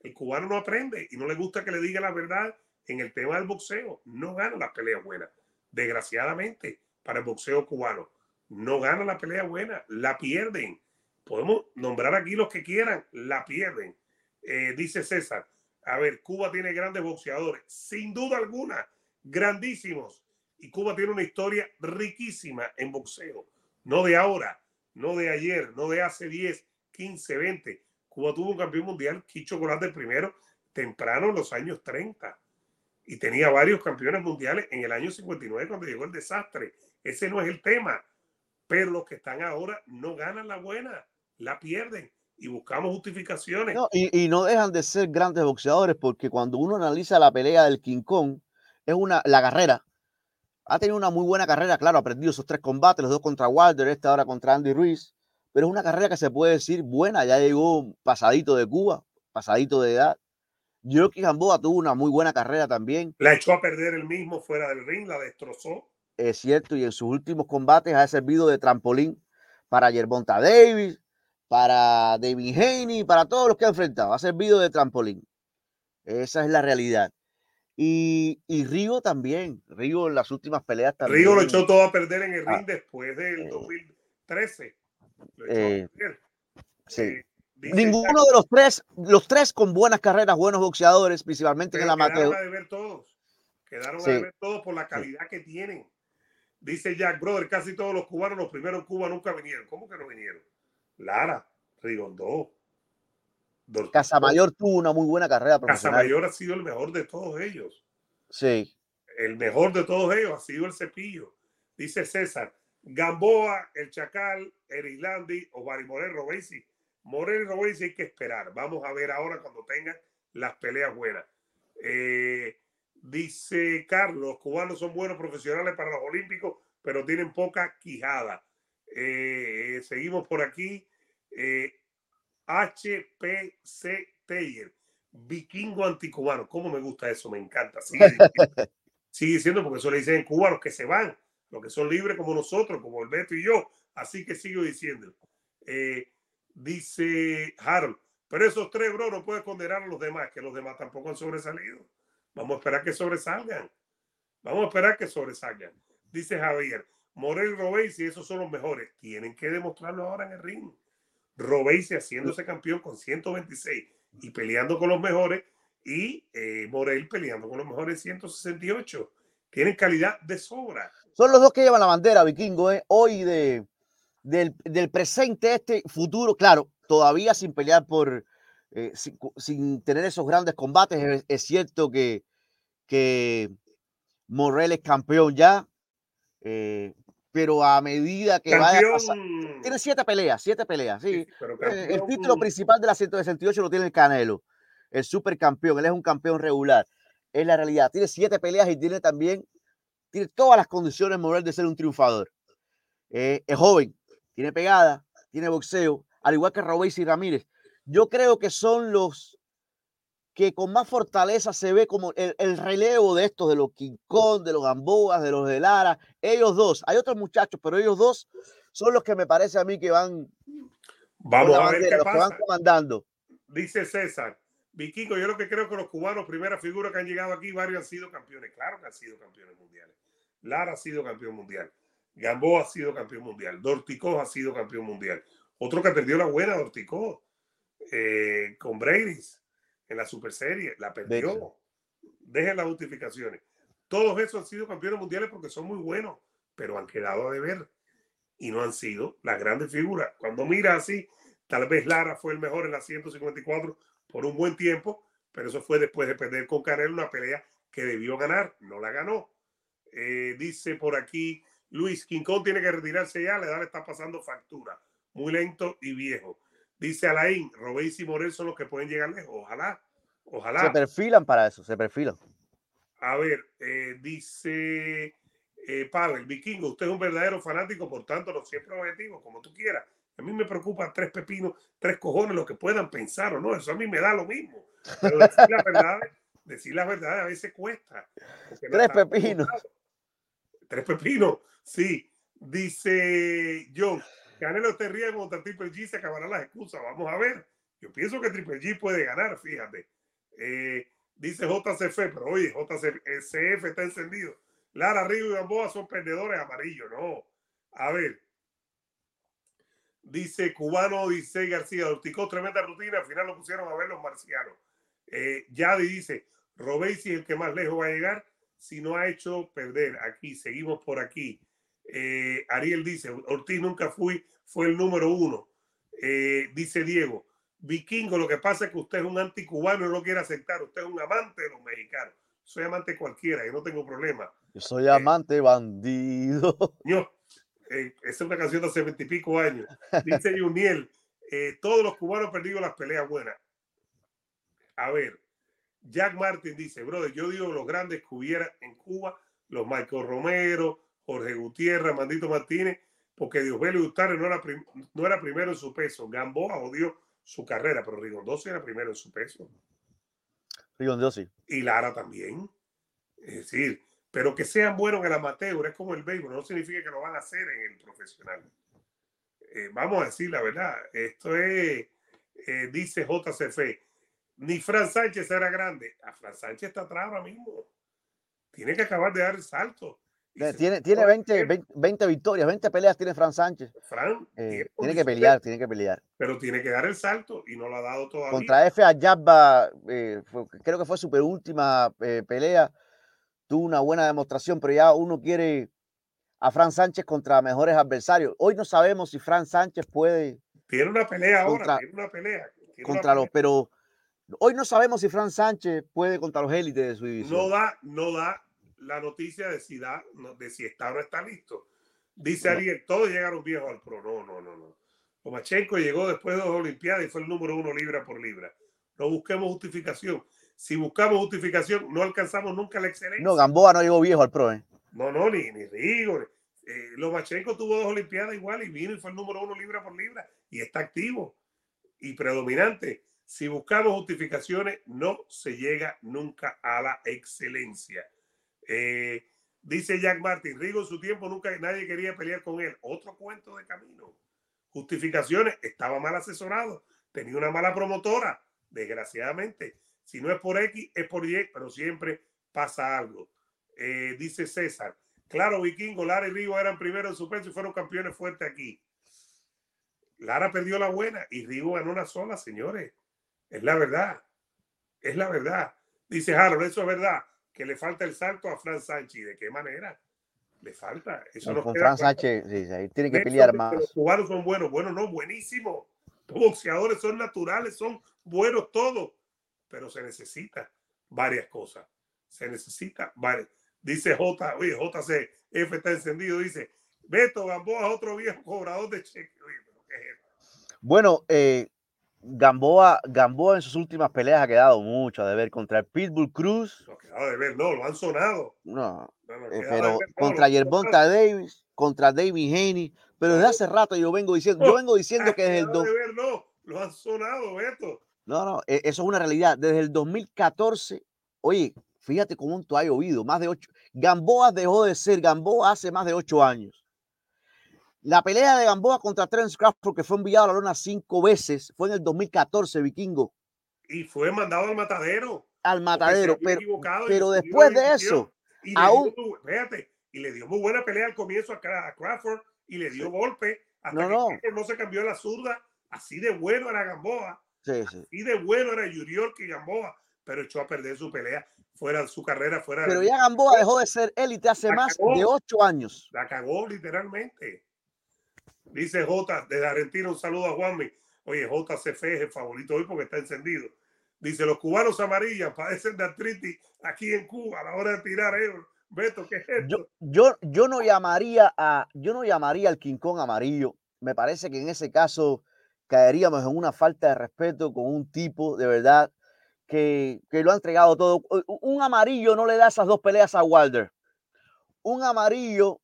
S1: El cubano no aprende y no le gusta que le diga la verdad en el tema del boxeo. No gana las peleas buenas. Desgraciadamente, para el boxeo cubano, no gana la pelea buena, la pierden. Podemos nombrar aquí los que quieran, la pierden. Eh, dice César, a ver, Cuba tiene grandes boxeadores, sin duda alguna, grandísimos. Y Cuba tiene una historia riquísima en boxeo. No de ahora, no de ayer, no de hace diez, quince, veinte. Cuba tuvo un campeón mundial, Kid Chocolate el primero, temprano en los años treinta. Y tenía varios campeones mundiales en el año cincuenta y nueve cuando llegó el desastre. Ese no es el tema. Pero los que están ahora no ganan la buena, la pierden y buscamos justificaciones.
S2: No, y, y no dejan de ser grandes boxeadores, porque cuando uno analiza la pelea del King Kong, es una, la carrera, ha tenido una muy buena carrera, claro, ha perdido esos tres combates, los dos contra Wilder, esta ahora contra Andy Ruiz, pero es una carrera que se puede decir buena, ya llegó pasadito de Cuba, pasadito de edad. Yoki Gamboa tuvo una muy buena carrera también.
S1: La echó a perder el mismo fuera del ring, la destrozó.
S2: Es cierto, y en sus últimos combates ha servido de trampolín para Gervonta Davis, para David Haney, para todos los que ha enfrentado. Ha servido de trampolín. Esa es la realidad. Y, y Rigo también. Rigo en las últimas peleas también.
S1: Rigo lo echó todo a perder en el ring
S2: ah,
S1: después del
S2: eh,
S1: dos mil trece. Lo echó
S2: eh,
S1: a perder.
S2: sí.
S1: Eh,
S2: Ninguno Jack, de los tres, los tres con buenas carreras, buenos boxeadores, principalmente en el amateur.
S1: Quedaron a deber todos. Quedaron
S2: sí.
S1: a deber todos por la calidad sí. que tienen. Dice Jack, brother, casi todos los cubanos, los primeros en Cuba nunca vinieron. ¿Cómo que no vinieron? Lara, Rigondó.
S2: Casamayor tuvo una muy buena carrera profesional.
S1: Casamayor ha sido el mejor de todos ellos.
S2: Sí.
S1: El mejor de todos ellos ha sido el Cepillo. Dice César, Gamboa, el Chacal, Erislandi o Barry Morel, Robesi. Morel y Robesi hay que esperar. Vamos a ver ahora cuando tengan las peleas buenas. Eh, dice Carlos, los cubanos son buenos profesionales para los olímpicos, pero tienen poca quijada. Eh, seguimos por aquí. Eh, H P C Taylor, vikingo anticubano. ¿Cómo me gusta eso? Me encanta. Sigue diciendo, sigue diciendo porque eso le dicen en Cuba los que se van, los que son libres como nosotros, como el Beto y yo. Así que sigo diciendo. Eh, dice Harold, pero esos tres, bro, no puedes condenar a los demás, que los demás tampoco han sobresalido. Vamos a esperar que sobresalgan. Vamos a esperar que sobresalgan. Dice Javier, Morel y Robesi, esos son los mejores. Tienen que demostrarlo ahora en el ring. Robesi haciéndose campeón con ciento veintiséis y peleando con los mejores, y eh, Morel peleando con los mejores ciento sesenta y ocho. Tienen calidad de sobra.
S2: Son los dos que llevan la bandera, vikingo, ¿eh? Hoy de, del, del presente, este futuro, claro, todavía sin pelear por, eh, sin, sin tener esos grandes combates. Es, es cierto que, que Morel es campeón ya, eh, pero a medida que
S1: campeón,
S2: vaya pasando, tiene siete peleas, siete peleas, sí. sí pero campeón, el título principal de la ciento sesenta y ocho lo tiene el Canelo, el supercampeón. Él es un campeón regular, es la realidad. Tiene siete peleas y tiene también, tiene todas las condiciones Morel de ser un triunfador. Eh, es joven, tiene pegada, tiene boxeo, al igual que Robesi y Ramírez. Yo creo que son los que con más fortaleza se ve como el, el relevo de estos, de los King Kong, de los Gamboas, de los de Lara. Ellos dos, hay otros muchachos, pero ellos dos son los que me parece a mí que van
S1: Vamos la a bandera, ver qué
S2: los
S1: pasa.
S2: Que van comandando.
S1: Dice César, Vikingo, yo lo que creo que los cubanos, primera figura que han llegado aquí, varios han sido campeones. Claro que han sido campeones mundiales. Lara ha sido campeón mundial. Gamboa ha sido campeón mundial. Dorticó ha sido campeón mundial. Otro que perdió la buena, Dorticó, eh, con Brady en la super serie, la perdió. Dejen las justificaciones. Todos esos han sido campeones mundiales porque son muy buenos, pero han quedado a deber y no han sido las grandes figuras. Cuando mira así, tal vez Lara fue el mejor en la ciento cincuenta y cuatro por un buen tiempo, pero eso fue después de perder con Canelo una pelea que debió ganar, no la ganó. Eh, dice por aquí Luis, King Kong tiene que retirarse ya, la edad le está pasando factura, muy lento y viejo. Dice Alain, Robesi y Morel son los que pueden llegar lejos, ojalá, ojalá.
S2: Se perfilan para eso, se perfilan.
S1: A ver, eh, dice eh, Pavel, Vikingo, usted es un verdadero fanático, por tanto, no siempre objetivo, como tú quieras. A mí me preocupa tres pepinos, tres cojones, lo que puedan pensar o no, eso a mí me da lo mismo. Pero decir la verdad, decir la verdad a veces cuesta. No
S2: tres pepinos.
S1: Tres pepinos, sí. Dice John, Canelo te ríe contra Triple G, se acabarán las excusas. Vamos a ver. Yo pienso que Triple G puede ganar, fíjate. Eh, dice J C F, pero oye, J C F está encendido. Lara, Rigo y Gamboa son perdedores amarillos, no. A ver. Dice Cubano, dice García, Orticó tremenda rutina, al final lo pusieron a ver los marcianos. Eh, Yadi dice, Robesi es el que más lejos va a llegar si no ha hecho perder. Aquí, seguimos por aquí. Eh, Ariel dice, Ortiz nunca fui, fue el número uno. Eh, dice Diego, Vikingo, lo que pasa es que usted es un anticubano y no lo quiere aceptar. Usted es un amante de los mexicanos. Soy amante de cualquiera, yo no tengo problema.
S2: Yo soy amante eh, bandido.
S1: Yo, eh, esa es una canción de hace veintipico años. Dice Juniel, eh, todos los cubanos perdido las peleas buenas. A ver, Jack Martin dice, brother, yo digo los grandes que hubiera en Cuba, los Michael Romero, Jorge Gutiérrez, Mandito Martínez, porque Diosbelo Ustare no era, no era primero en su peso. Gamboa odió su carrera, pero Rigondó sí era primero en su peso.
S2: Rigondó sí.
S1: Y Lara también. Es decir, pero que sean buenos en el amateur, es como el béisbol, no significa que lo van a hacer en el profesional. Eh, vamos a decir la verdad, esto es, eh, dice J C F, ni Fran Sánchez era grande, a Fran Sánchez está atrás ahora mismo, tiene que acabar de dar el salto.
S2: Tiene, tiene veinte, veinte, veinte victorias, veinte peleas tiene Fran Sánchez.
S1: Fran
S2: eh, tiene que pelear, tiene que pelear.
S1: Pero tiene que dar el salto y no lo ha dado todavía.
S2: Contra F. Ayabba, eh, creo que fue su penúltima eh, pelea. Tuvo una buena demostración, pero ya uno quiere a Fran Sánchez contra mejores adversarios. Hoy no sabemos si Fran Sánchez puede.
S1: Tiene una pelea contra, ahora, tiene una pelea. Tiene
S2: contra
S1: una
S2: los,
S1: pelea.
S2: pero hoy no sabemos si Fran Sánchez puede contra los élites de su división.
S1: No da, no da la noticia de si, da, de si está o no está listo. Dice no. Ariel, todos llegaron viejos al pro. No, no, no, no. Lomachenko llegó después de dos Olimpiadas y fue el número uno libra por libra. No busquemos justificación. Si buscamos justificación, no alcanzamos nunca la excelencia.
S2: No, Gamboa no llegó viejo al pro, ¿eh?
S1: No, no, ni, ni Rigo. Eh, Lomachenko tuvo dos Olimpiadas igual y vino y fue el número uno libra por libra y está activo y predominante. Si buscamos justificaciones, no se llega nunca a la excelencia. Eh, dice Jack Martin, Rigo en su tiempo nunca nadie quería pelear con él. Otro cuento de camino. Justificaciones, estaba mal asesorado, tenía una mala promotora, desgraciadamente. Si no es por X, es por Y, pero siempre pasa algo. Eh, dice César, claro, Vikingo, Lara y Rigo eran primeros en su peso y fueron campeones fuertes aquí. Lara perdió la buena y Rigo ganó una sola, señores. Es la verdad. Es la verdad. Dice Harold, eso es verdad, que le falta el salto a Fran Sánchez. ¿De qué manera? Le falta. Eso
S2: no,
S1: no
S2: con Fran
S1: claro.
S2: Sánchez, sí, sí, tiene que pelear más.
S1: Los cubanos son buenos. Bueno, no, buenísimos. Los boxeadores son naturales, son buenos todos. Pero se necesita varias cosas. Se necesita varias. Dice J, oye, J C F está encendido. Dice, Beto Gamboa es otro viejo cobrador de cheque. Oye, pero ¿qué es esto?
S2: Bueno, eh, Gamboa, Gamboa en sus últimas peleas ha quedado mucho a deber contra el Pitbull Cruz.
S1: No ha quedado de ver, no, lo han sonado.
S2: No,
S1: no, no
S2: eh, pero
S1: ver, no,
S2: contra Yerbonta Davis, contra David Haney, pero no. Desde hace rato yo vengo diciendo,
S1: no,
S2: yo vengo diciendo que desde el
S1: dos... de ver, no, lo han sonado, Beto.
S2: No, no, eso es una realidad. Desde el dos mil catorce, oye, fíjate cómo ha llovido, más de ocho. Gamboa dejó de ser Gamboa hace más de ocho años. La pelea de Gamboa contra Terence Crawford, que fue enviado a la lona cinco veces, fue en el dos mil catorce, Vikingo.
S1: Y fue mandado al matadero.
S2: Al matadero, pero, pero después de eso,
S1: y
S2: aún...
S1: Le dio, fíjate, y le dio muy buena pelea al comienzo a Crawford y le dio sí. golpe hasta
S2: no,
S1: que
S2: no.
S1: Crawford no se cambió a la zurda. Así de bueno era Gamboa.
S2: Sí, sí.
S1: Así de bueno era Yurior que Gamboa, pero echó a perder su pelea, fuera de su carrera, fuera
S2: Pero
S1: de...
S2: ya Gamboa dejó de ser élite hace la más cagó, de ocho años.
S1: La cagó literalmente. Dice J, desde Argentina, un saludo a Juanmi. Oye, J C F es el favorito hoy porque está encendido. Dice, los cubanos amarillas padecen de artritis aquí en Cuba a la hora de tirar euros. Beto, ¿qué es esto?
S2: Yo, yo, yo no llamaría a, yo no llamaría al King Kong amarillo. Me parece que en ese caso caeríamos en una falta de respeto con un tipo de verdad que, que lo ha entregado todo. Un amarillo no le da esas dos peleas a Wilder. Un amarillo,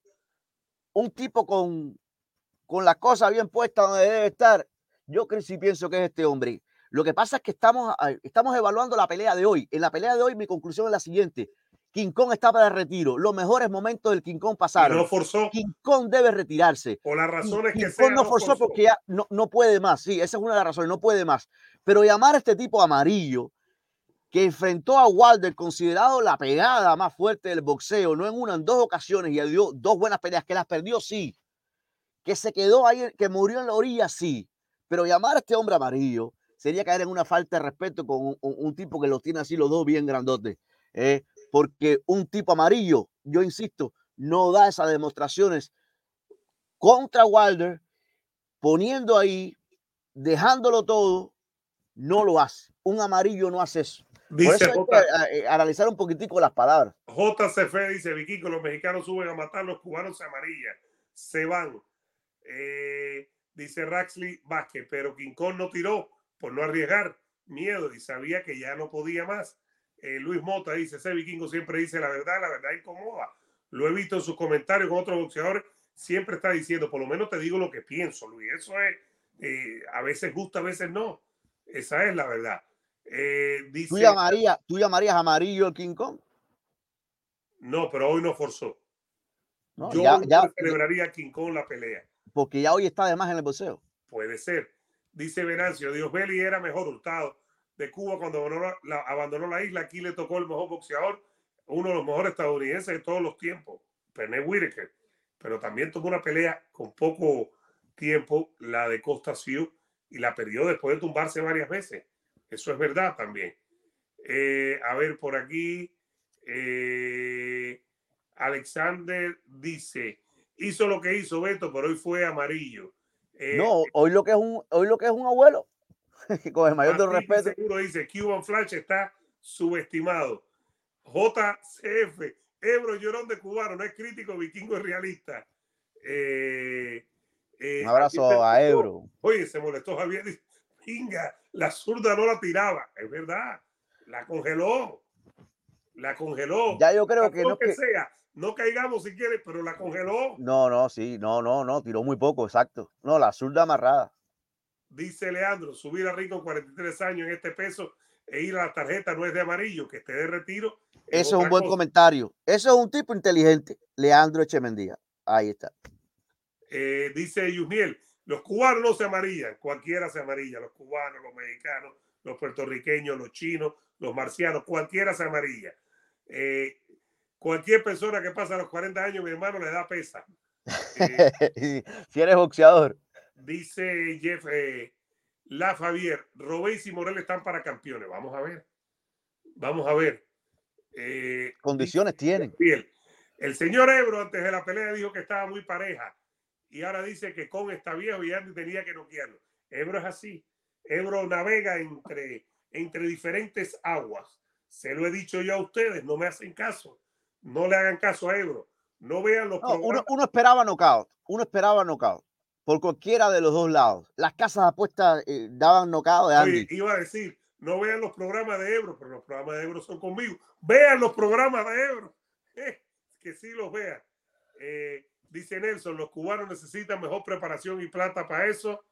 S2: un tipo con, con la cosa bien puesta donde debe estar. Yo creo sí pienso que es este hombre. Lo que pasa es que estamos, estamos evaluando la pelea de hoy. En la pelea de hoy mi conclusión es la siguiente. King Kong está para el retiro. Los mejores momentos del King Kong pasaron.
S1: Y no forzó.
S2: King Kong debe retirarse.
S1: Por las razones
S2: King
S1: que
S2: Kong
S1: sea,
S2: no forzó, forzó porque ya no, no puede más. Sí, esa es una de las razones. No puede más. Pero llamar a este tipo amarillo que enfrentó a Wilder, considerado la pegada más fuerte del boxeo, no en una, en dos ocasiones, y dio dos buenas peleas, que las perdió, sí, que se quedó ahí, que murió en la orilla, sí, pero llamar a este hombre amarillo sería caer en una falta de respeto con un, un, un tipo que lo tiene así los dos bien grandotes, ¿eh? Porque un tipo amarillo, yo insisto, no da esas demostraciones contra Wilder, poniendo ahí, dejándolo todo, no lo hace. Un amarillo no hace eso. Por
S1: Dice
S2: eso hay
S1: J,
S2: que a, a, analizar un poquitico las palabras.
S1: J C F dice, Vikingo, los mexicanos suben a matar, los cubanos se amarillan, se van. Eh, dice Raxley Vázquez, pero King Kong no tiró por no arriesgar, miedo, y sabía que ya no podía más. Eh, Luis Mota dice, ese Vikingo siempre dice la verdad, la verdad incomoda. Lo he visto en sus comentarios con otros boxeadores, siempre está diciendo, por lo menos te digo lo que pienso, Luis. Eso es, eh, a veces gusta, a veces no. Esa es la verdad. Eh, dice,
S2: ¿Tú, llamarías, ¿Tú llamarías amarillo el King Kong?
S1: No, pero hoy no forzó.
S2: No,
S1: Yo
S2: ya,
S1: no
S2: ya,
S1: celebraría a King Kong la pelea.
S2: Porque ya hoy está de más en el boxeo.
S1: Puede ser. Dice Venancio, Dios Belli era mejor Hurtado de Cuba cuando abandonó la, abandonó la isla. Aquí le tocó el mejor boxeador, uno de los mejores estadounidenses de todos los tiempos, Pernell Whitaker. Pero también tuvo una pelea con poco tiempo, la de Costa Sioux, y la perdió después de tumbarse varias veces. Eso es verdad también. Eh, a ver, por aquí, eh, Alexander dice, hizo lo que hizo Beto, pero hoy fue amarillo. Eh,
S2: no, hoy lo que es un, hoy lo que es un abuelo, con el mayor de los respetos.
S1: Seguro dice, Cuban Flash está subestimado. J C F, Ebro llorón de cubano, no es crítico, Vikingo es realista. Eh, eh,
S2: Un abrazo a Ebro.
S1: Oye, se molestó Javier, dice, venga, la zurda no la tiraba. Es verdad, la congeló. La congeló.
S2: Ya yo creo que no es
S1: que
S2: que
S1: sea. No caigamos si quieres, pero la congeló.
S2: No, no, sí, no, no, no, tiró muy poco, exacto. No, la zurda amarrada.
S1: Dice Leandro, subir a Rico cuarenta y tres años en este peso e ir a la tarjeta no es de amarillo, que esté de retiro.
S2: Es Eso es un buen cosa. comentario. Eso es un tipo inteligente, Leandro Echemendía. Ahí está.
S1: Eh, dice Yusniel, los cubanos no se amarillan, cualquiera se amarilla, los cubanos, los mexicanos, los puertorriqueños, los chinos, los marcianos, cualquiera se amarilla. Eh, cualquier persona que pasa los cuarenta años, mi hermano, le da pesa.
S2: Eh, si eres boxeador.
S1: Dice Jeff eh, La Javier, Robéis y Morel están para campeones. Vamos a ver. Vamos a ver. Eh,
S2: Condiciones
S1: dice,
S2: tienen.
S1: Bien. El señor Ebro antes de la pelea dijo que estaba muy pareja y ahora dice que Con está viejo y Andy tenía que noquearlo. Ebro es así. Ebro navega entre, entre diferentes aguas. Se lo he dicho yo a ustedes, no me hacen caso. No le hagan caso a Ebro. No vean los
S2: no,
S1: programas.
S2: Uno, uno esperaba knockout. Uno esperaba knockout. Por cualquiera de los dos lados. Las casas de apuestas eh, daban knockout de Andy.
S1: Oye, iba a decir, no vean los programas de Ebro, pero los programas de Ebro son conmigo. Vean los programas de Ebro. Eh, que sí los vean. Eh, dice Nelson, los cubanos necesitan mejor preparación y plata para eso.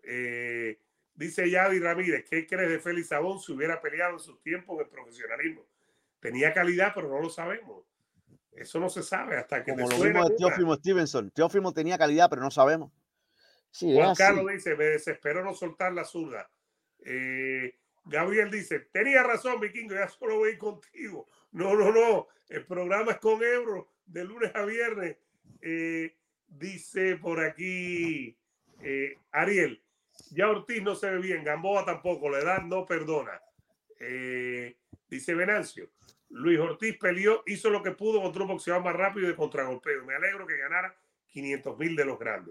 S1: Eh, dice Yadi Ramírez, ¿qué crees de Félix Sabón si hubiera peleado en sus tiempos en el profesionalismo? Tenía calidad, pero no lo sabemos. Eso no se sabe hasta que
S2: Como
S1: te
S2: lo
S1: suena
S2: vimos de Teófimo Stevenson. Teófimo tenía calidad, pero no sabemos. Sí,
S1: Juan
S2: es
S1: Carlos
S2: así.
S1: dice, me desesperó no soltar la zurda. Eh, Gabriel dice, tenía razón, Vikingo, ya solo voy contigo. No, no, no. El programa es con Ebro, de lunes a viernes. Eh, dice por aquí eh, Ariel, ya Ortiz no se ve bien, Gamboa tampoco, la edad no perdona. Eh, dice Venancio, Luis Ortiz peleó, hizo lo que pudo contra un boxeador más rápido y de contragolpeo. Me alegro que ganara quinientos mil de los grandes.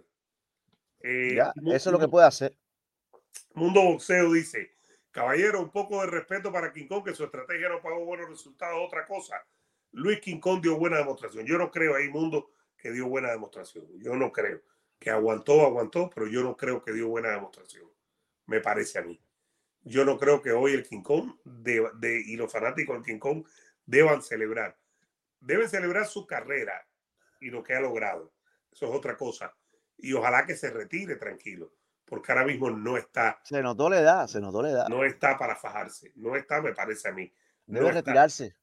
S1: Eh,
S2: ya, eso es lo que puede hacer.
S1: Mundo Boxeo dice, caballero, un poco de respeto para King Kong, que su estrategia no pagó buenos resultados. Otra cosa, Luis King Kong dio buena demostración. Yo no creo ahí, Mundo, que dio buena demostración. Yo no creo. Que aguantó, aguantó, pero yo no creo que dio buena demostración. Me parece a mí. Yo no creo que hoy el King Kong de, de, y los fanáticos del King Kong deban celebrar. Deben celebrar su carrera y lo que ha logrado. Eso es otra cosa. Y ojalá que se retire tranquilo, porque ahora mismo no está.
S2: Se notó la edad, se notó la edad.
S1: No está para fajarse. No está, me parece a mí. No
S2: Debe retirarse.
S1: Está,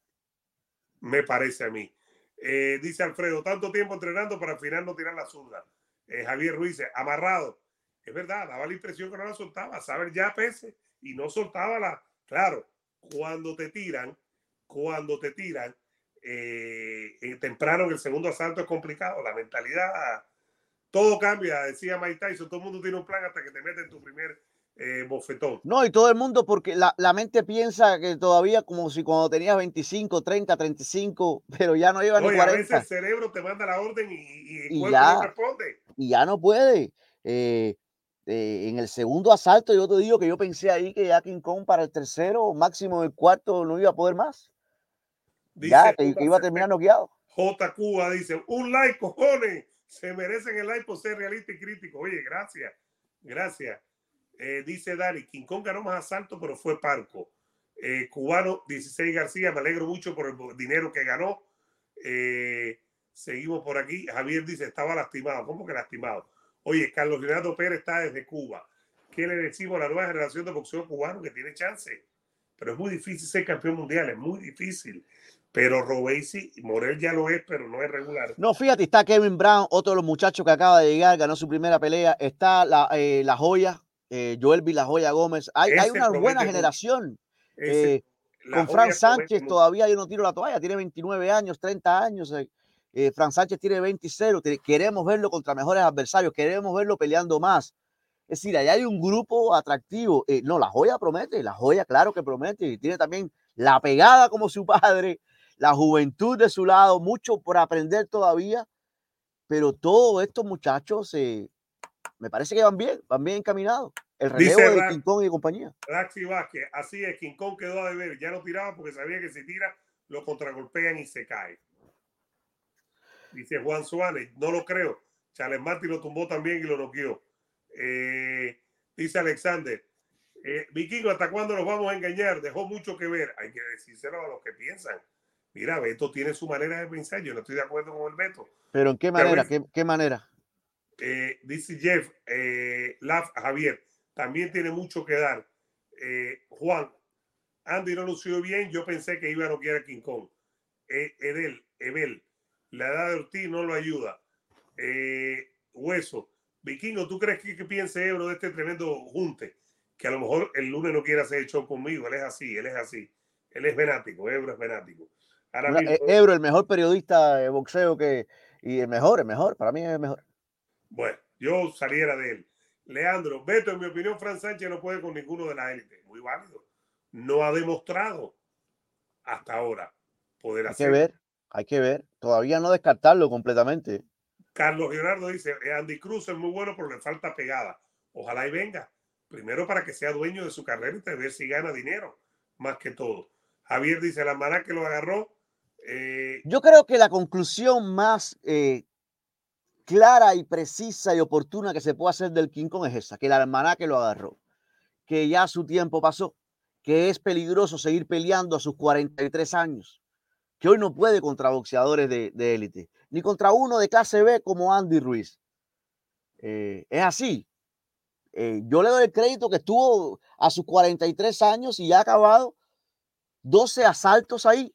S1: me parece a mí. Eh, dice Alfredo, tanto tiempo entrenando para al final no tirar la zurda. Eh, Javier Ruiz, amarrado. Es verdad, daba la impresión que no la soltaba. Saber ya pese y no soltaba la. Claro, cuando te tiran, cuando te tiran, eh, eh, temprano en el segundo asalto es complicado. La mentalidad, todo cambia, decía Mike Tyson, todo el mundo tiene un plan hasta que te meten tu primer eh, bofetón.
S2: No, y todo el mundo, porque la, la mente piensa que todavía como si cuando tenías veinticinco, treinta, treinta y cinco, pero ya no lleva
S1: No,
S2: ni
S1: y a veces el
S2: cuarenta.
S1: cerebro te manda la orden y, y el
S2: Y
S1: cuerpo no
S2: ya,
S1: responde.
S2: y ya no puede. Eh, eh, en el segundo asalto yo te digo que yo pensé ahí que ya King Kong para el tercero, máximo el cuarto, no iba a poder más. Ya,
S1: Dice
S2: que, que iba a terminar noqueado.
S1: J. Cuba, dice, un like, cojones. Se merecen el like por ser realista y crítico. Oye, gracias. Gracias. Eh, dice Dani, King Kong ganó más asalto, pero fue parco. Eh, Cubano, dieciséis García, me alegro mucho por el dinero que ganó. Eh, seguimos por aquí. Javier dice, estaba lastimado. ¿Cómo que lastimado? Oye, Carlos Leonardo Pérez está desde Cuba. ¿Qué le decimos a la nueva generación de boxeo cubano que tiene chance? Pero es muy difícil ser campeón mundial, es muy difícil. Pero Robesi, Morel ya lo es, pero no es regular.
S2: No, fíjate, está Kevin Brown, otro de los muchachos que acaba de llegar, ganó su primera pelea. Está la, eh, la Joya, eh, Joelby La Joya Gómez. Hay, hay una buena generación.
S1: Ese,
S2: Eh, con Fran Sánchez
S1: mucho.
S2: todavía yo no tiro la toalla, tiene veintinueve años, treinta años. Eh, eh, Fran Sánchez tiene veinte cero. Queremos verlo contra mejores adversarios, queremos verlo peleando más. Es decir, allá hay un grupo atractivo. Eh, no, La Joya promete, La Joya claro que promete. Y tiene también la pegada como su padre, la juventud de su lado, mucho por aprender todavía, pero todos estos muchachos eh, me parece que van bien, van bien encaminados. El relevo
S1: Dice
S2: de
S1: Ra
S2: King Kong y compañía.
S1: Raxi Vázquez, así es, King Kong quedó a deber, ya no tiraba porque sabía que si tira lo contragolpean y se cae. Dice Juan Suárez, no lo creo. Charles Martin lo tumbó también y lo noqueó. Eh, dice Alexander, eh, Vikingo, ¿hasta cuándo nos vamos a engañar? Dejó mucho que ver. Hay que decírselo a los que piensan. Mira, Beto tiene su manera de pensar. Yo no estoy de acuerdo con el Beto.
S2: ¿Pero en qué manera? ¿Qué, qué manera?
S1: Eh, dice Jeff, eh, Laf, Javier, también tiene mucho que dar. Eh, Juan, Andy no lució bien. Yo pensé que iba a noquear a King Kong. Eh, Edel, Ebel, la edad de Ortiz no lo ayuda. Eh, Hueso, Vikingo, ¿tú crees que, que piense Ebro de este tremendo junte? Que a lo mejor el lunes no quiere hacer show conmigo. Él es así, él es así. Él es venático, Ebro es venático. Ahora
S2: Una,
S1: mismo,
S2: Ebro, el mejor periodista de boxeo que. Y el mejor, el mejor. Para mí es el mejor.
S1: Bueno, yo saliera de él. Leandro, Beto, en mi opinión, Fran Sánchez no puede con ninguno de la élite. Muy válido. No ha demostrado hasta ahora poder
S2: Hay
S1: hacerlo.
S2: que ver, hay que ver. Todavía no descartarlo completamente.
S1: Carlos Leonardo dice, Andy Cruz es muy bueno, pero le falta pegada. Ojalá y venga. Primero para que sea dueño de su carrera y ver si gana dinero, más que todo. Javier dice, la maná que lo agarró. Eh...
S2: Yo creo que la conclusión más eh, clara y precisa y oportuna que se puede hacer del King Kong es esa, que la hermana que lo agarró, que ya su tiempo pasó, que es peligroso seguir peleando a sus cuarenta y tres años, que hoy no puede contra boxeadores de, de élite, ni contra uno de clase B como Andy Ruiz. Eh, es así. Eh, yo le doy el crédito que estuvo a sus cuarenta y tres años y ya ha acabado doce asaltos ahí,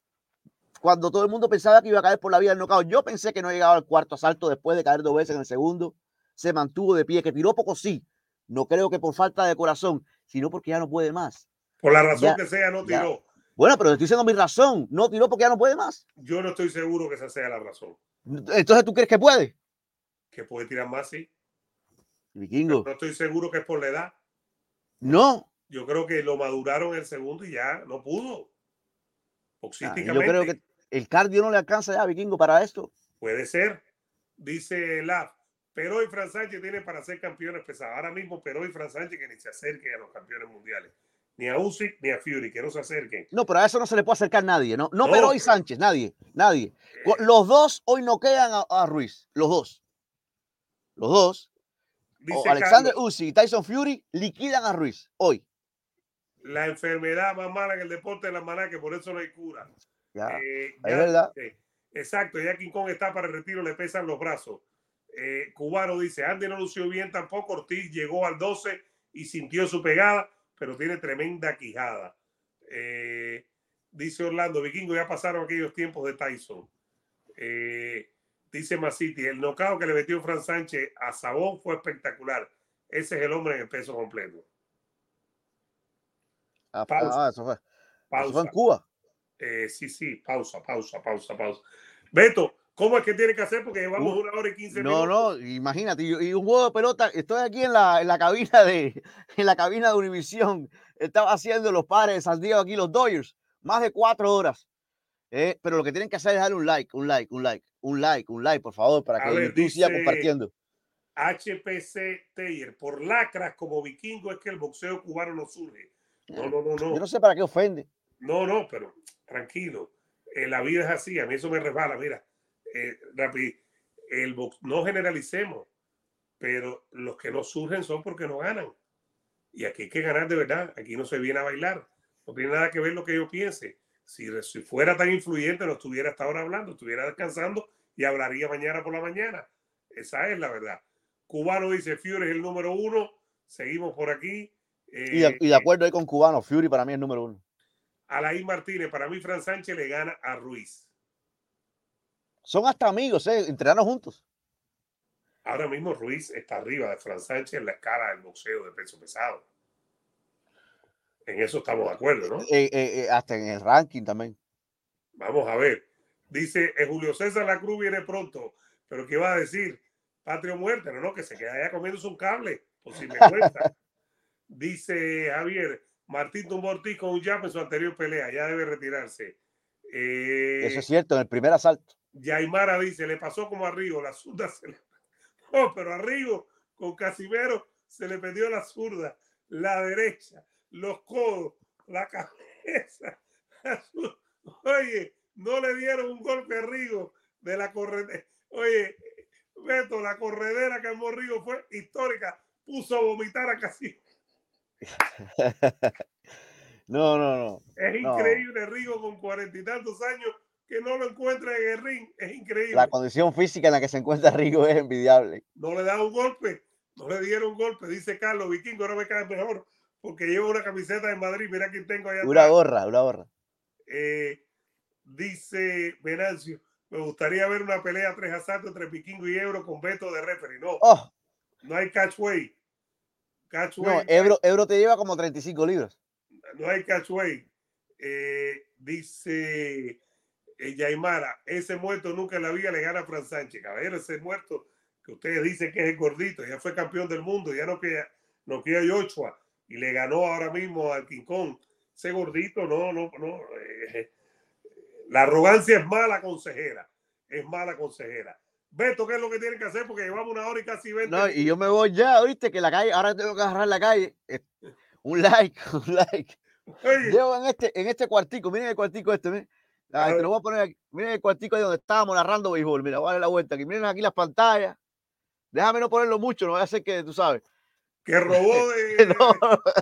S2: cuando todo el mundo pensaba que iba a caer por la vía del knockout. Yo pensé que no llegaba al cuarto asalto después de caer dos veces en el segundo. Se mantuvo de pie, que tiró poco, sí. No creo que por falta de corazón, sino porque ya no puede más.
S1: Por la razón
S2: ya,
S1: que sea, no
S2: ya.
S1: tiró.
S2: Bueno, pero estoy diciendo mi razón. No tiró porque ya no puede más.
S1: Yo no estoy seguro que esa sea la razón.
S2: Entonces, ¿tú crees que puede?
S1: Que puede tirar más, sí.
S2: Vikingo.
S1: Pero no estoy seguro que es por la edad.
S2: No.
S1: Yo creo que lo maduraron el segundo y ya no pudo.
S2: Boxísticamente. Yo creo que el cardio no le alcanza ya, Vikingo, para esto.
S1: Puede ser, dice Laf. Pero y Fran Sánchez tiene para ser campeones pesados. Ahora mismo, pero y Fran Sánchez que ni se acerquen a los campeones mundiales. Ni a Usyk ni a Fury, que no se acerquen.
S2: No, pero a eso no se le puede acercar nadie, ¿no? No, no pero hoy Sánchez, nadie, nadie. Eh, los dos hoy no quedan a, a Ruiz, los dos. Los dos. Dice o Alexander Usyk y Tyson Fury liquidan a Ruiz hoy.
S1: La enfermedad más mala en el deporte de la maná, que por eso no hay cura.
S2: Ya, eh, ya es verdad.
S1: Eh, exacto, ya King Kong está para el retiro, le pesan los brazos. Eh, Cubano dice, Andy no lució bien tampoco, Ortiz llegó al doce y sintió su pegada, pero tiene tremenda quijada. Eh, dice Orlando, Vikingo, ya pasaron aquellos tiempos de Tyson. Eh, dice Masiti, el knockout que le metió Fran Sánchez a Sabón fue espectacular. Ese es el hombre en el peso completo.
S2: Ah, ah, eso fue. Eso fue en
S1: Pausa.
S2: Cuba.
S1: Eh, sí, sí, pausa, pausa, pausa, pausa. Beto, ¿cómo es que tiene que hacer? Porque llevamos
S2: Uh,
S1: una hora y quince
S2: no,
S1: minutos.
S2: no, imagínate, y, y un juego de pelota, estoy aquí en la, en la cabina de en la cabina de Univisión, estaba haciendo los padres de San Diego aquí, los Dodgers, más de cuatro horas. Eh, pero lo que tienen que hacer es darle un like, un like, un like, un like, un like, por favor, para
S1: A
S2: que
S1: ver,
S2: YouTube siga
S1: dice
S2: compartiendo.
S1: H P C Teyer, por lacras como vikingo es que el boxeo cubano no surge. No, no, no, no.
S2: Yo no sé para qué ofende.
S1: No, no, pero tranquilo. Eh, la vida es así, a mí eso me resbala. Mira, eh, rápido, el box, no generalicemos, pero los que no surgen son porque no ganan. Y aquí hay que ganar de verdad. Aquí no se viene a bailar. No tiene nada que ver lo que yo piense. Si, si fuera tan influyente, no estuviera hasta ahora hablando, estuviera descansando y hablaría mañana por la mañana. Esa es la verdad. Cubano dice, Fury es el número uno. Seguimos por aquí.
S2: Eh, y, de, y de acuerdo ahí con Cubano, Fury para mí es el número uno.
S1: Alain Martínez, para mí Fran Sánchez le gana a Ruiz.
S2: Son hasta amigos, ¿eh? Entrenaron juntos.
S1: Ahora mismo Ruiz está arriba de Fran Sánchez en la escala del boxeo de peso pesado. En eso estamos de acuerdo, ¿no?
S2: Eh, eh, eh, hasta en el ranking también.
S1: Vamos a ver. Dice, eh, Julio César La Cruz viene pronto. Pero ¿qué va a decir? Patria o muerte, no, no, que se queda allá comiéndose un cable, por si me cuenta. Dice Javier, Martín tumbó Ortiz con un jab en su anterior pelea, ya debe retirarse.
S2: Eh, Eso es cierto, en el primer asalto.
S1: Yaimara dice, le pasó como a Rigo, la zurda se le... No, pero a Rigo con Casimero se le perdió la zurda, la derecha, los codos, la cabeza. La zurda. Oye, no le dieron un golpe a Rigo de la corredera. Oye, Beto, la corredera que armó Rigo fue histórica. Puso a vomitar a Casimero.
S2: No, no, no.
S1: Es increíble, no. Rigo con cuarenta y tantos años que no lo encuentra en el ring. Es increíble.
S2: La condición física en la que se encuentra Rigo es envidiable.
S1: No le da un golpe, no le dieron un golpe. Dice Carlos, Vikingo no me cae mejor porque llevo una camiseta de Madrid. Mira quién tengo allá
S2: Una
S1: atrás.
S2: gorra, una gorra.
S1: Eh, dice Venancio, me gustaría ver una pelea tres asaltos entre Vikingo y Ebro con Beto de referee. No, oh. No hay catchway.
S2: Catchway. No, Ebro, Ebro te lleva como treinta y cinco libras.
S1: No hay catchway. Eh, dice eh, Yaimara, ese muerto nunca en la vida le gana a Fran Sánchez. Caballero, ese muerto que ustedes dicen que es el gordito, ya fue campeón del mundo, ya no queda, no queda Joshua y le ganó ahora mismo al King Kong. Ese gordito, no, no, no. Eh, la arrogancia es mala consejera, es mala consejera. Beto, ¿qué es lo que tienen que hacer? Porque llevamos una hora y casi veinte.
S2: No, y yo me voy ya, ¿viste? Que la calle, ahora tengo que agarrar la calle. Un like, un like. Oye. Llevo en este, en este cuartico, miren el cuartico este, miren. Ay, te lo voy a poner aquí. Miren el cuartico ahí donde estábamos narrando béisbol. Mira, voy a darle la vuelta aquí. Miren aquí las pantallas. Déjame no ponerlo mucho, no voy a hacer que, tú sabes.
S1: Que robó de...
S2: no.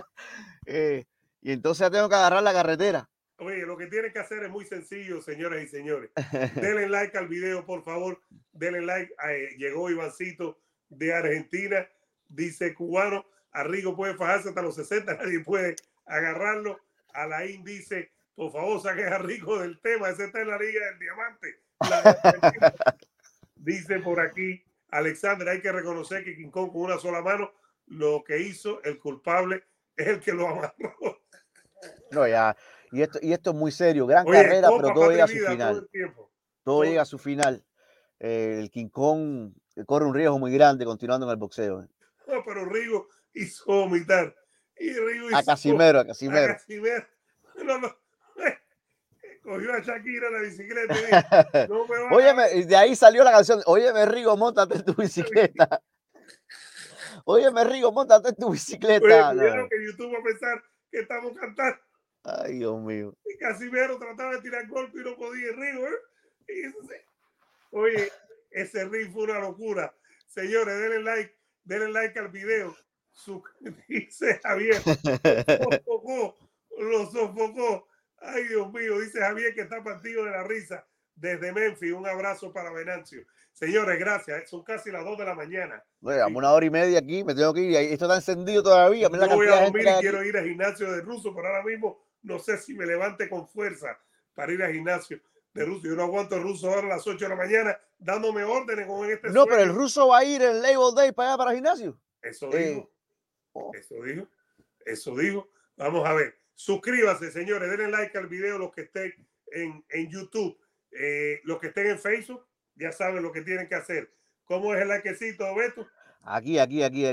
S2: eh, y entonces ya tengo que agarrar la carretera.
S1: Oye, lo que tienen que hacer es muy sencillo, señoras y señores. Denle like al video, por favor. Denle like. Eh, llegó Ivancito de Argentina. Dice cubano, a Rigo puede fajarse hasta los sesenta, nadie puede agarrarlo. Alain dice, por favor, saquen a Rigo del tema. Ese está en la Liga del Diamante. La... dice por aquí, Alexander, hay que reconocer que King Kong con una sola mano, lo que hizo, el culpable es el que lo amarró.
S2: No, ya. Y esto, y esto es muy serio. Gran Oye, carrera, Copa, pero todo llega a su final.
S1: Todo, el tiempo.
S2: todo, todo llega a su final. Eh, el King Kong corre un riesgo muy grande continuando en el boxeo.
S1: No, pero Rigo hizo vomitar. Y Rigo hizo,
S2: a Casimero, a Casimero.
S1: A Casimero. No, no. Cogió a Shakira en la bicicleta. Y dijo, no me va
S2: Óyeme, a... de ahí salió la canción. Óyeme, Rigo, móntate en tu bicicleta. Óyeme, Rigo, móntate en tu bicicleta.
S1: Oye, cuidado no. que YouTube va a pensar que estamos cantando.
S2: Ay, Dios mío.
S1: Y Casimero trataba de tirar golpe y no podía. Rigo, ¿eh? Y eso sí. Oye, ese ring fue una locura. Señores, denle like, denle like al video. Su, dice Javier, lo sofocó, lo sofocó. Ay, Dios mío, dice Javier que está partido de la risa desde Memphis. Un abrazo para Venancio. Señores, gracias. Son casi las dos de la mañana.
S2: Bueno, sí. Una hora y media aquí, me tengo que ir. Esto está encendido todavía.
S1: No voy a dormir y quiero ir al gimnasio de Russo, pero ahora mismo no sé si me levante con fuerza para ir al gimnasio de Russo. Yo no aguanto el Russo ahora a las ocho de la mañana dándome órdenes con este
S2: No,
S1: sueño.
S2: pero el Russo va a ir el Labor Day para allá, para el gimnasio.
S1: Eso dijo. Eh. Oh. Eso dijo. Eso dijo. Vamos a ver. Suscríbanse, señores, denle like al video los que estén en, en YouTube. Eh, los que estén en Facebook, ya saben lo que tienen que hacer. ¿Cómo es el likecito, Beto?
S2: Aquí, aquí, aquí.